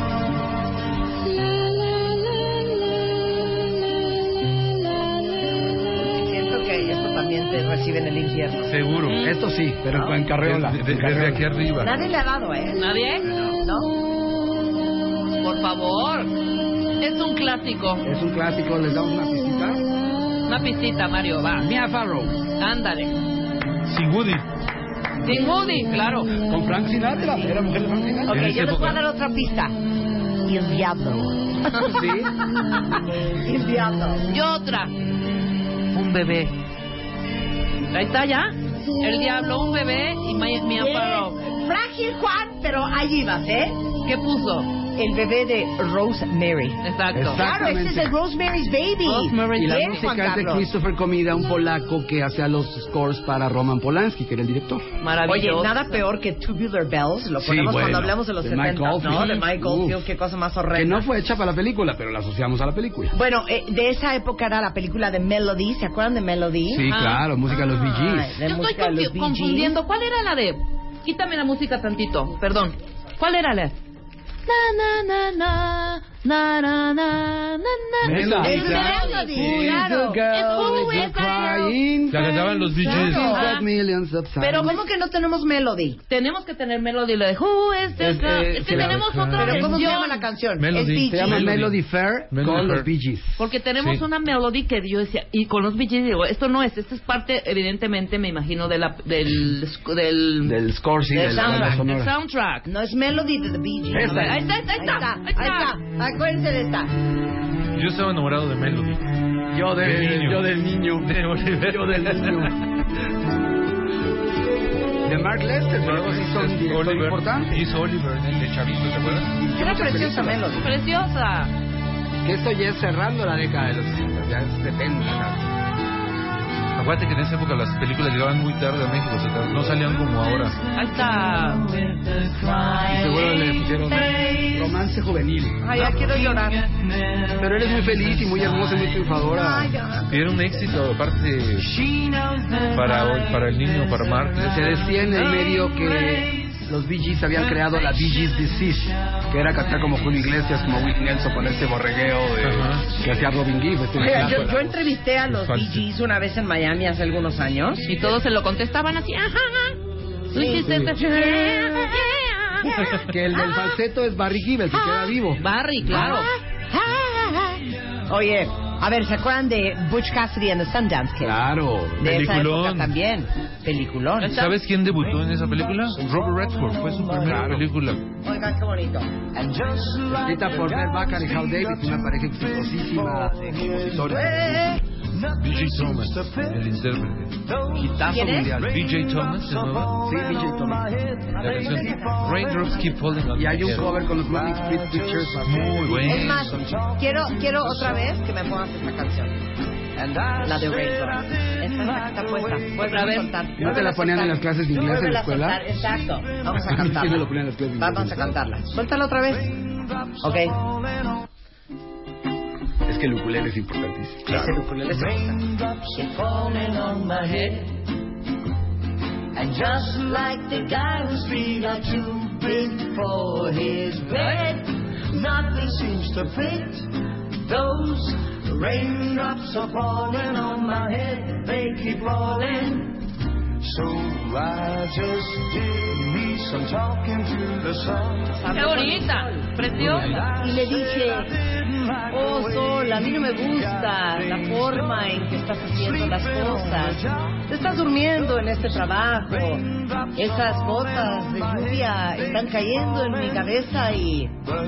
Siento que esto también te recibe en el infierno. Seguro. Esto sí, pero ¿no? En carreola. Desde aquí arriba. Nadie le ha dado, ¿eh? ¿Nadie? No. Por favor. Es un clásico. Es un clásico. ¿Les damos una pistita? Una pistita, Mario, va. Mia Farrow. Ándale. Sin Woody. Sin Woody, claro. Con Frank Sinatra. Era mujer de Frank Sinatra. Ok, yo les voy a dar otra pista. Y el diablo. ¿Sí? Y el diablo. Y otra. Un bebé. Ahí está ya. El diablo, un bebé y Mia Farrow. Frágil Juan, pero ahí ibas, ¿eh? ¿Qué puso? El bebé de Rosemary. Exacto. Claro, este es el Rosemary's Baby. Y la Bien, música Juan es de Carlos. Christopher Comida, un polaco que hacía los scores para Roman Polanski, que era el director. Maravilloso. Oye, nada peor que Tubular Bells. Lo ponemos cuando hablamos de los 70, ¿no? De Mike Oldfield, qué cosa más horrenda. Que no fue hecha para la película, pero la asociamos a la película. Bueno, de esa época era la película de Melody. ¿Se acuerdan de Melody? Sí, claro, música de los Bee Gees. De Yo música de los estoy Bee Gees. confundiendo. ¿Cuál era la de...? Quítame la música tantito, perdón. ¿Cuál era la...? Na na na na na na na na. Melody. Es Melody, claro. La cantaban los Bee Gees. Pero ¿cómo que no tenemos Melody? Tenemos que tener Melody, la de Who is this girl? Es que tenemos otra ¿Pero cómo se llama versión. la canción? Melody. Es Bee Se llama Gees. Melody Fair con los Bee Gees. Porque tenemos Sí. una Melody que yo decía, y con los Bee Gees digo, esto no es, esto es parte, evidentemente, me imagino, de Del score, sí, de la banda del sonora. soundtrack. No es Melody de The Bee Gees. Esta es. Ahí está. Ahí está. Acuérdense de esta. Yo estaba enamorado de Melody. Yo del niño. De Oliver. Yo del niño. De Mark Lester, pero sí son director importante. Hizo Oliver en el de Chavito, ¿te acuerdas? Era preciosa Melody. Preciosa. Que esto ya es cerrando la década de los 60, ya es 70. Acuérdate que en esa época las películas llegaban muy tarde a México, o sea, no salían como ahora. Ahí está. Y seguro le pusieron romance juvenil. Ay, ya quiero llorar. Pero eres muy feliz y muy hermosa y muy triunfadora. Y era un éxito, aparte, para el niño, para Mark. Se decía en el medio que los Bee Gees habían creado la Bee Gees Disease, que era cantar como Julio Iglesias, como Willie Nelson, con ese borregueo que hacía Robin Gibb. Oiga, yo entrevisté a los Bee Gees una vez en Miami hace algunos años. Y todos se lo contestaban así, ajá. Tú hiciste esta... Que el del falseto es Barry Gibb, el que queda vivo. Barry, claro. Oye, a ver, ¿se acuerdan de Butch Cassidy and the Sundance Kid? Claro. De esa Peliculón. época también. Peliculón. ¿Sabes quién debutó en esa película? Robert Redford, fue su primera película. Oigan, qué bonito. Escrita por Bert Bacharach y Hal David, una pareja exitosísima de compositores. B.J. Thomas, el intérprete. Hitazo ¿Quién es? mundial. B.J. Thomas, ¿se llama? Sí, B.J. Thomas. La canción Raindrops Keep Falling on Y hay un My Head. cover con los Manic Street Preachers. Muy bueno. Es más, quiero otra vez que me pongas esta canción. La de Raindrops. Esta está puesta. Vuelve a soltar. ¿No te la ponían en las clases de inglés en la escuela? Soltar. Exacto. Vamos a ¿Quién me lo cantarla. ponía en las clases de inglés? Vamos a cantarla. Suéltala otra vez. Ok. Es que el ukulele es importantísimo. Ese ukulele es Raindrops are falling on my head, and just like the guy whose feet are too big for his bed, nothing seems to fit. Those raindrops are falling on my head, they keep falling. So I just did me some talking to the sun. Qué bonita, preciosa. Y le dije, oh Sol, a mí no me gusta la forma en que estás haciendo las cosas. Te estás durmiendo en este trabajo. Esas gotas de lluvia están cayendo en mi cabeza y...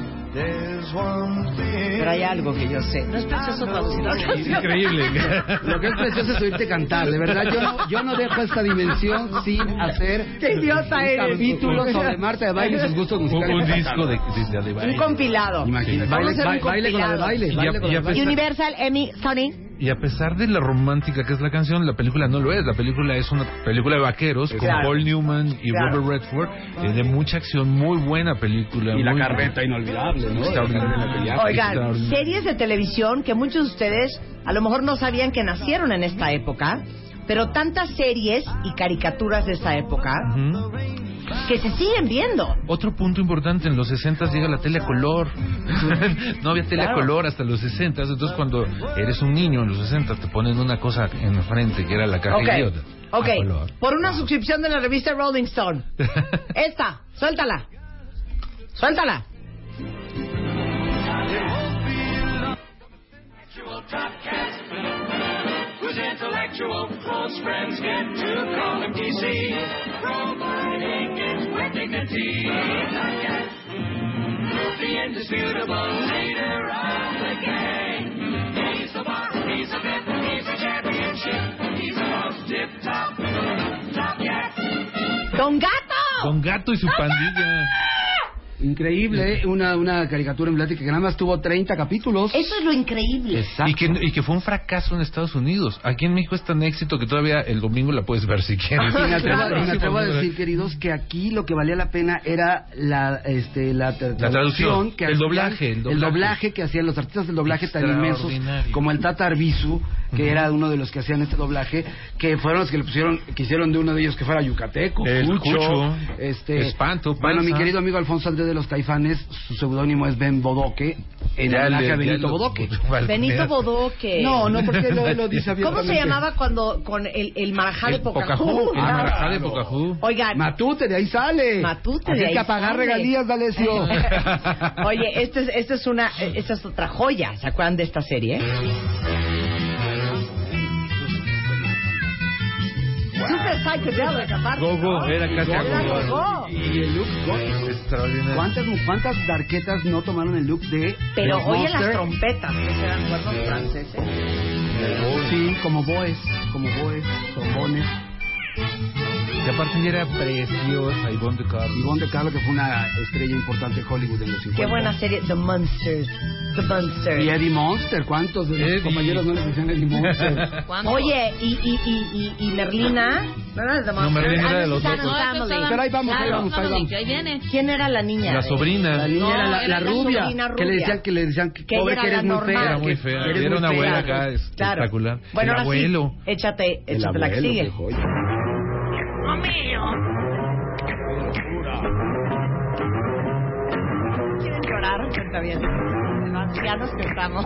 Pero hay algo que yo sé. No es precioso traducir la canción. Increíble. Lo que es precioso es oírte cantar. De verdad, yo no dejo esta dimensión sin hacer ¡Qué idiota un eres! capítulo sobre Marta de Baile y sus gustos musicales. Un disco de baile. Un compilado. Imagínate. Vamos a hacer un Baile con la de baile. Baile con la de baile. Universal, Emmy, Sony. Y a pesar de la romántica que es la canción, la película no lo es. La película es una película de vaqueros con Paul Newman y Robert Redford, de mucha acción, muy buena película. Y la carreta inolvidable, ¿no? Oigan, series de televisión que muchos de ustedes a lo mejor no sabían que nacieron en esta época, pero tantas series y caricaturas de esta época que se siguen viendo. Otro punto importante, en los 60 llega la tele a color. No había tele a color hasta los 60, entonces cuando eres un niño en los 60 te ponen una cosa en la frente que era la caja idiota. Ok, por una suscripción de la revista Rolling Stone. Esta, suéltala. Suéltala. Whose intellectual close friends get to call him DC, providing it with dignity. The indisputable leader of the gang. He's the boss, he's a bit, he's a championship, he's the most tip-top, top cat. ¡Don Gato! Don Gato y su pandilla. Increíble, una caricatura emblemática que nada más tuvo 30 capítulos. Eso es lo increíble. Exacto. Y que fue un fracaso en Estados Unidos. Aquí en México es tan éxito que todavía el domingo la puedes ver si quieres. Me atrevo a decir, queridos, que aquí lo que valía la pena era la traducción, que el doblaje que hacían los artistas del doblaje tan inmensos como el Tata Arbizu, que era uno de los que hacían este doblaje, que fueron los que le pusieron, que hicieron de uno de ellos que fuera yucateco, Cucho, Espanto, bueno, mi querido amigo Alfonso Andrés de los Caifanes, su seudónimo es Ben Bodoque, en homenaje a Benito Bodoque. Benito Bodoque. No, porque lo dice abiertamente. ¿Cómo se llamaba cuando con el marajá de Pocahú? El marajá de Pocahú. Oigan. Matute, de ahí sale. Matute, de ahí hay que apagar regalías, D'Alessio. Oye, esta es otra joya. ¿Se acuerdan de esta serie? Super psychedelic, aparte. Gogo, era casi Gogo. Y el look extraordinario. ¿Cuántas darquetas no tomaron el look de Pero los oye Monster? las trompetas, que eran cuernos franceses. Sí, como boes, trombones. Y aparte ya era preciosa Ivonne de Carlo. Ivonne de Carlo, que fue una estrella importante de Hollywood en los 50. Qué buena serie, The Monsters. Y Eddie Monster, ¿cuántos de los compañeros no les decían Eddie Monster? Oye, y Merlina, ¿no era de The Monsters? No, Merlina era de los otros. Pero ahí vamos. Ahí viene. ¿Quién era la niña? La sobrina. La niña era la rubia, sobrina que le decían que pobre que eres muy fea. Era muy fea. Era una abuela acá espectacular. Bueno, el ahora abuelo. sí, échate la que sigue. ¿Quieren llorar? Está bien. Ya nos cantamos.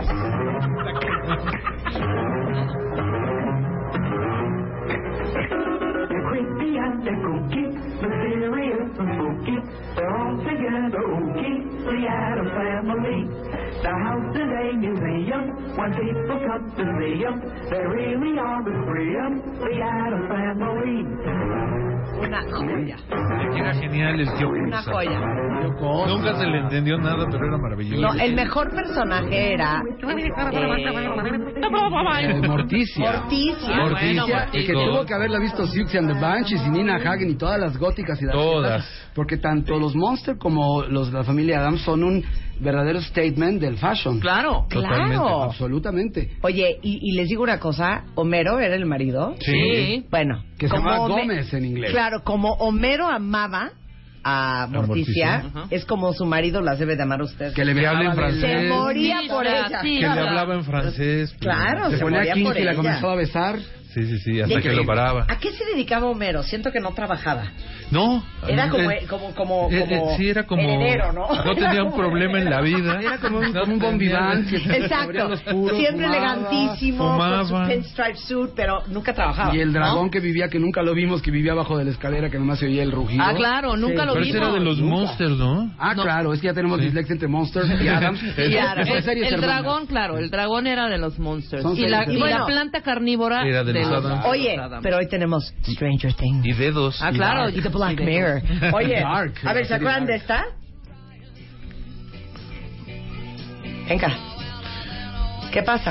Creepy and the kooky, mysterious and spooky, they're all together ooky, the Addams Family. The house is a museum, when people come to see them, they really are the three of them, the Addams Family. Una joya. Era genial el tío Una Cruz. joya. Nunca se le entendió nada, pero era maravilloso. No, el mejor personaje era Morticia. Morticia. Que tuvo que haberla visto Siouxsie and the Banshees y Nina Hagen y todas las góticas y todas. Porque tanto los Monster como los de la familia Adams son un verdadero statement del fashion. Claro. Absolutamente. Oye, y les digo una cosa, Homero era el marido. Sí. Bueno, Que se llama Gómez en inglés. Claro, como Homero amaba a Morticia, es como su marido las debe de amar a usted. Que le habla en francés. Se moría por ella. Que le hablaba en francés. Claro, se ponía kinky y la comenzó a besar. Sí, hasta que lo paraba. ¿A qué se dedicaba Homero? Siento que no trabajaba. No. Era como sí, era como heredero, ¿no? No tenía un problema en la vida. Era como un bon vivant. Exacto. Siempre elegantísimo, fumaba, con su pinstripe suit, pero nunca trabajaba. Y el dragón que vivía, que nunca lo vimos, que vivía abajo de la escalera, que nomás se oía el rugido. Ah, claro, nunca lo pero vimos. ese era de los Monsters, ¿no? Ah, claro, es que ya tenemos dislexia entre Monsters y Adams. El dragón, claro, el dragón era de los Monsters. Y la planta carnívora era de Adams. Oye, pero hoy tenemos Stranger Things. Y Dedos. Ah, claro. Y The Black Mirror. Oye, Dark. a ver, ¿se acuerdan de esta? Venga. ¿Qué pasa?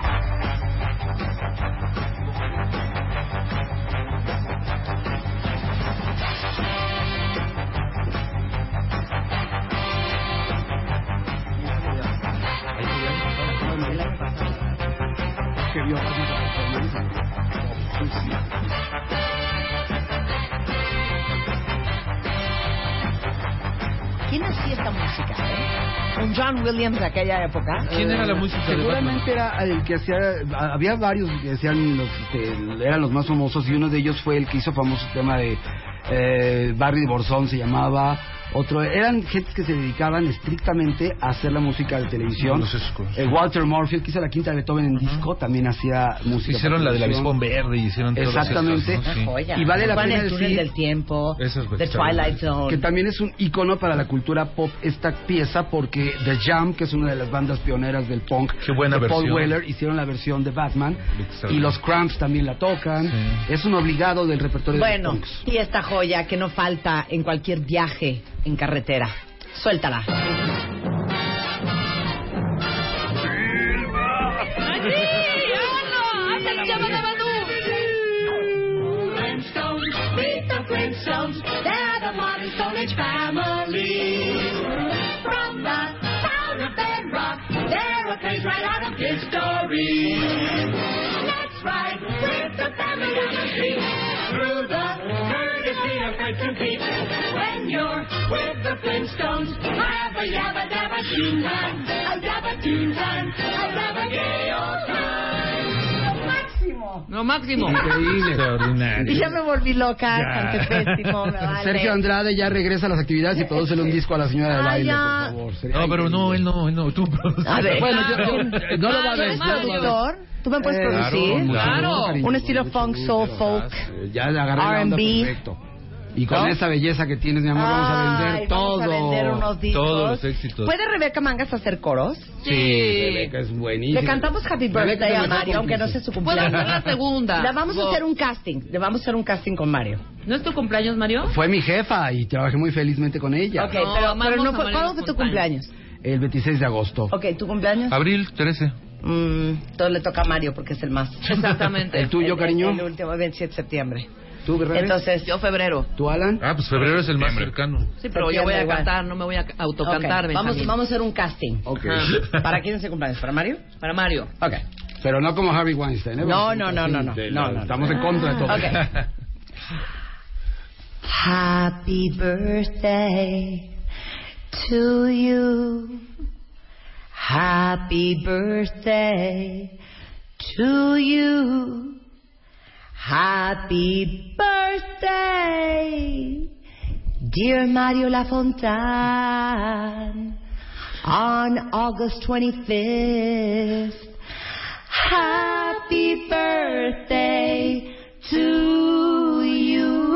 ¿Quién hacía esta música? ¿Un John Williams de aquella época? ¿Quién era la música de Seguramente era el que hacía... Había varios que hacían eran los más famosos, y uno de ellos fue el que hizo famoso el tema de Barry Borzón, se llamaba. Otro, eran gentes que se dedicaban estrictamente a hacer la música de televisión. Walter Murphy, el que hizo la quinta de Beethoven en disco, también hacía música. Hicieron la del avispón verde y hicieron todo. Exactamente. Eso, ¿no? Joya. Y vale la pena el túnel decir del tiempo, Eso es The Twilight Zone. que también es un icono para la cultura pop esta pieza, porque The Jam, que es una de las bandas pioneras del punk, Qué buena de Paul versión. Weller, hicieron la versión de Batman, y los Cramps también la tocan. Sí. Es un obligado del repertorio de Bueno, los punks. y esta joya que no falta en cualquier viaje en carretera. Suéltala. Flintstones, meet the Flintstones. They're the modern Stone Age family. From the town of Bedrock, they're a page right out of history. Let's ride with the family down the street through the courtesy of Fred Compete. When you're with the Flintstones, have a yabba dabba toon time, a dabba toon time, a dabba gay old time. Lo máximo. Increíble. Extraordinario. Y ya me volví loca, Ya. canté pésimo, me vale. Sergio Andrade ya regresa a las actividades y produce un disco a la señora de Ay, baile, ya. por favor. Sería No, pero no, él no, tú. A ver. Bueno, yo no lo va a ¿Tú ver. eres no lo va a ver. productor? ¿Tú me puedes Claro, producir? claro. Un estilo funk, soul, folk. Ya le agarré la onda, R&B. perfecto. Y con ¿No? esa belleza que tienes, mi amor, vamos a vender Ay, todo. Vamos a vender unos discos. Todos los éxitos. ¿Puede Rebeca Mangas hacer coros? Sí. Rebeca es buenísima. Le cantamos Happy Rebeca Birthday es a la mejor Mario, aunque no sea su Puedo cumpleaños. hacer la segunda. Le vamos a hacer un casting. Le vamos a hacer un casting con Mario. ¿No es tu cumpleaños, Mario? Fue mi jefa y trabajé muy felizmente con ella. Ok, No, pero amamos no a fue, Mario ¿cuándo fue tu espontáneo. cumpleaños? El 26 de agosto. Ok, ¿tu cumpleaños? Abril 13. Todo le toca a Mario porque es el más. Exactamente. ¿El tuyo, cariño? El último, 27 de septiembre. ¿Tú, Rebe? Entonces, Yo febrero. ¿Tú, Alan? Ah, pues febrero es el más cercano. Sí, pero yo voy a Igual. cantar, no me voy a autocantar. ok, Benjamín. vamos a hacer un casting. Ok. ¿Para quién es el cumpleaños? ¿Para Mario? Para Mario. Ok. Pero no como Harvey Weinstein, ¿eh? No, Vamos a no, hacer no, así no, no. de No, no. Estamos en contra de todo. Ok. Happy birthday to you. Happy birthday to you. Happy birthday, dear Mario Lafontaine, on August 25th. Happy birthday to you.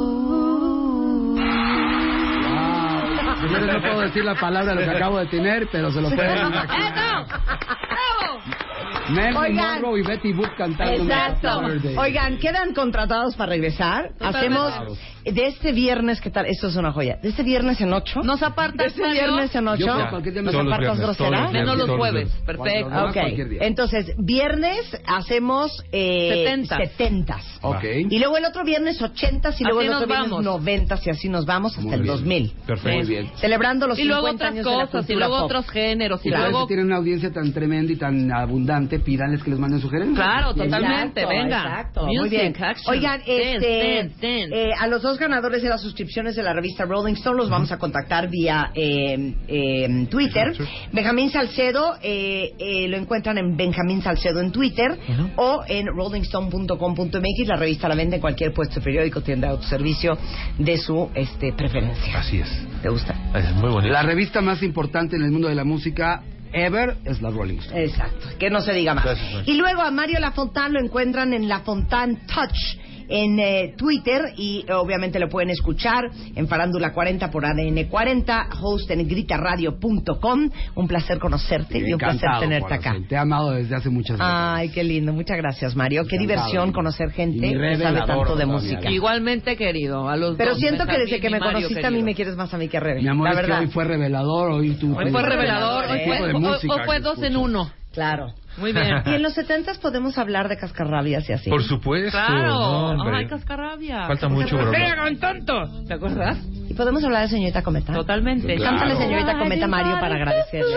Primero no puedo decir la palabra de lo que acabo de tener, pero se lo pueden imaginar. Marilyn Oigan. Monroe y Betty Boop cantando. Exacto. Happy Birthday. Oigan, quedan contratados para regresar. Hacemos de este viernes, ¿qué tal? Esto es una joya. De este viernes en 8. ¿Nos apartas, De este Mario? viernes en 8. Yo puedo cualquier día me ¿Nos Todos los apartas viernes, grosera? todos los Menos los todos los jueves. viernes. Perfecto. Cuando- Ok, cualquier día. entonces viernes hacemos 70s. Ok. Y luego el otro viernes 80s y luego Así el otro nos viernes vamos. 90s y así nos vamos hasta Muy el bien. 2000. Perfecto. Muy bien. Celebrando los Y luego 50 otras años de la cosas, y cultura luego pop. otros géneros, y Claro, luego... si tienen una audiencia tan tremenda y tan abundante, pídanles que les manden sugerencias. Claro, Y ahí- totalmente, Exacto, venga. Exacto, Music, muy bien. action, Oigan, dance. a los dos ganadores de las suscripciones de la revista Rolling Stone los vamos a contactar vía Twitter. Benjamín Salcedo lo encuentran en Benjamín Salcedo en Twitter o en rollingstone.com.mx. La revista la vende en cualquier puesto de periódico, tienda de autoservicio de su preferencia. Así es. ¿Te gusta? Es muy bonito. La revista más importante en el mundo de la música ever es la Rolling Stone. Exacto, que no se diga más. Gracias. Y luego a Mario Lafontán lo encuentran en Lafontán Touch en Twitter, y obviamente lo pueden escuchar en Farándula 40 por ADN 40, host en gritaradio.com. Un placer conocerte y un placer tenerte acá. Te he amado desde hace muchas veces. Ay, qué lindo. Muchas gracias, Mario. Qué diversión conocer gente que sabe tanto de música. Igualmente, querido. A los Pero dos, siento que desde Benjamín que y me Mario, conociste a mí me quieres más a mí que a Rebe. Mi amor, la es verdad. que hoy fue revelador, hoy fue revelador, hoy fue dos en uno. Claro. Muy bien. Y en los 70s podemos hablar de cascarrabias y así. Por supuesto. Claro. No, hombre. Ay, cascarrabia. Falta mucho, bro. con tonto! ¿Te acuerdas? ¿Y podemos hablar de señorita Cometa? Totalmente. Claro. Cántale señorita Cometa Mario para agradecerle.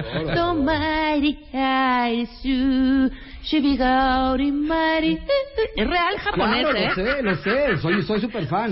Es real japonés, Claro, lo sé, soy súper fan.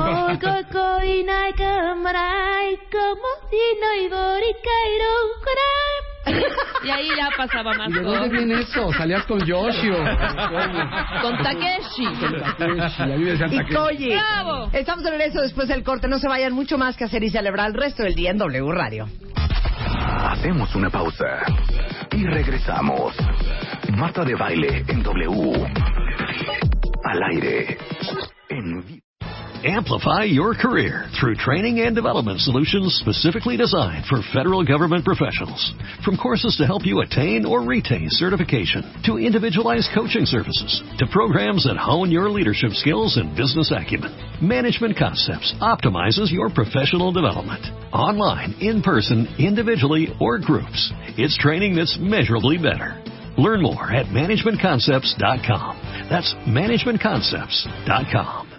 Y ahí ya pasaba más. ¿Y de dónde viene eso? ¿Salías con Yoshio? Con Takeshi. A mí me decían Y Takeshi. Koji, ¡Bravo! estamos de regreso después del corte. No se vayan, mucho más que hacer y celebrar el resto del día en W Radio. Hacemos una pausa y regresamos. Marta de Baile en W. Al aire. En vivo. Amplify your career through training and development solutions specifically designed for federal government professionals. From courses to help you attain or retain certification, to individualized coaching services, to programs that hone your leadership skills and business acumen, Management Concepts optimizes your professional development. Online, in person, individually, or groups, it's training that's measurably better. Learn more at managementconcepts.com. That's managementconcepts.com.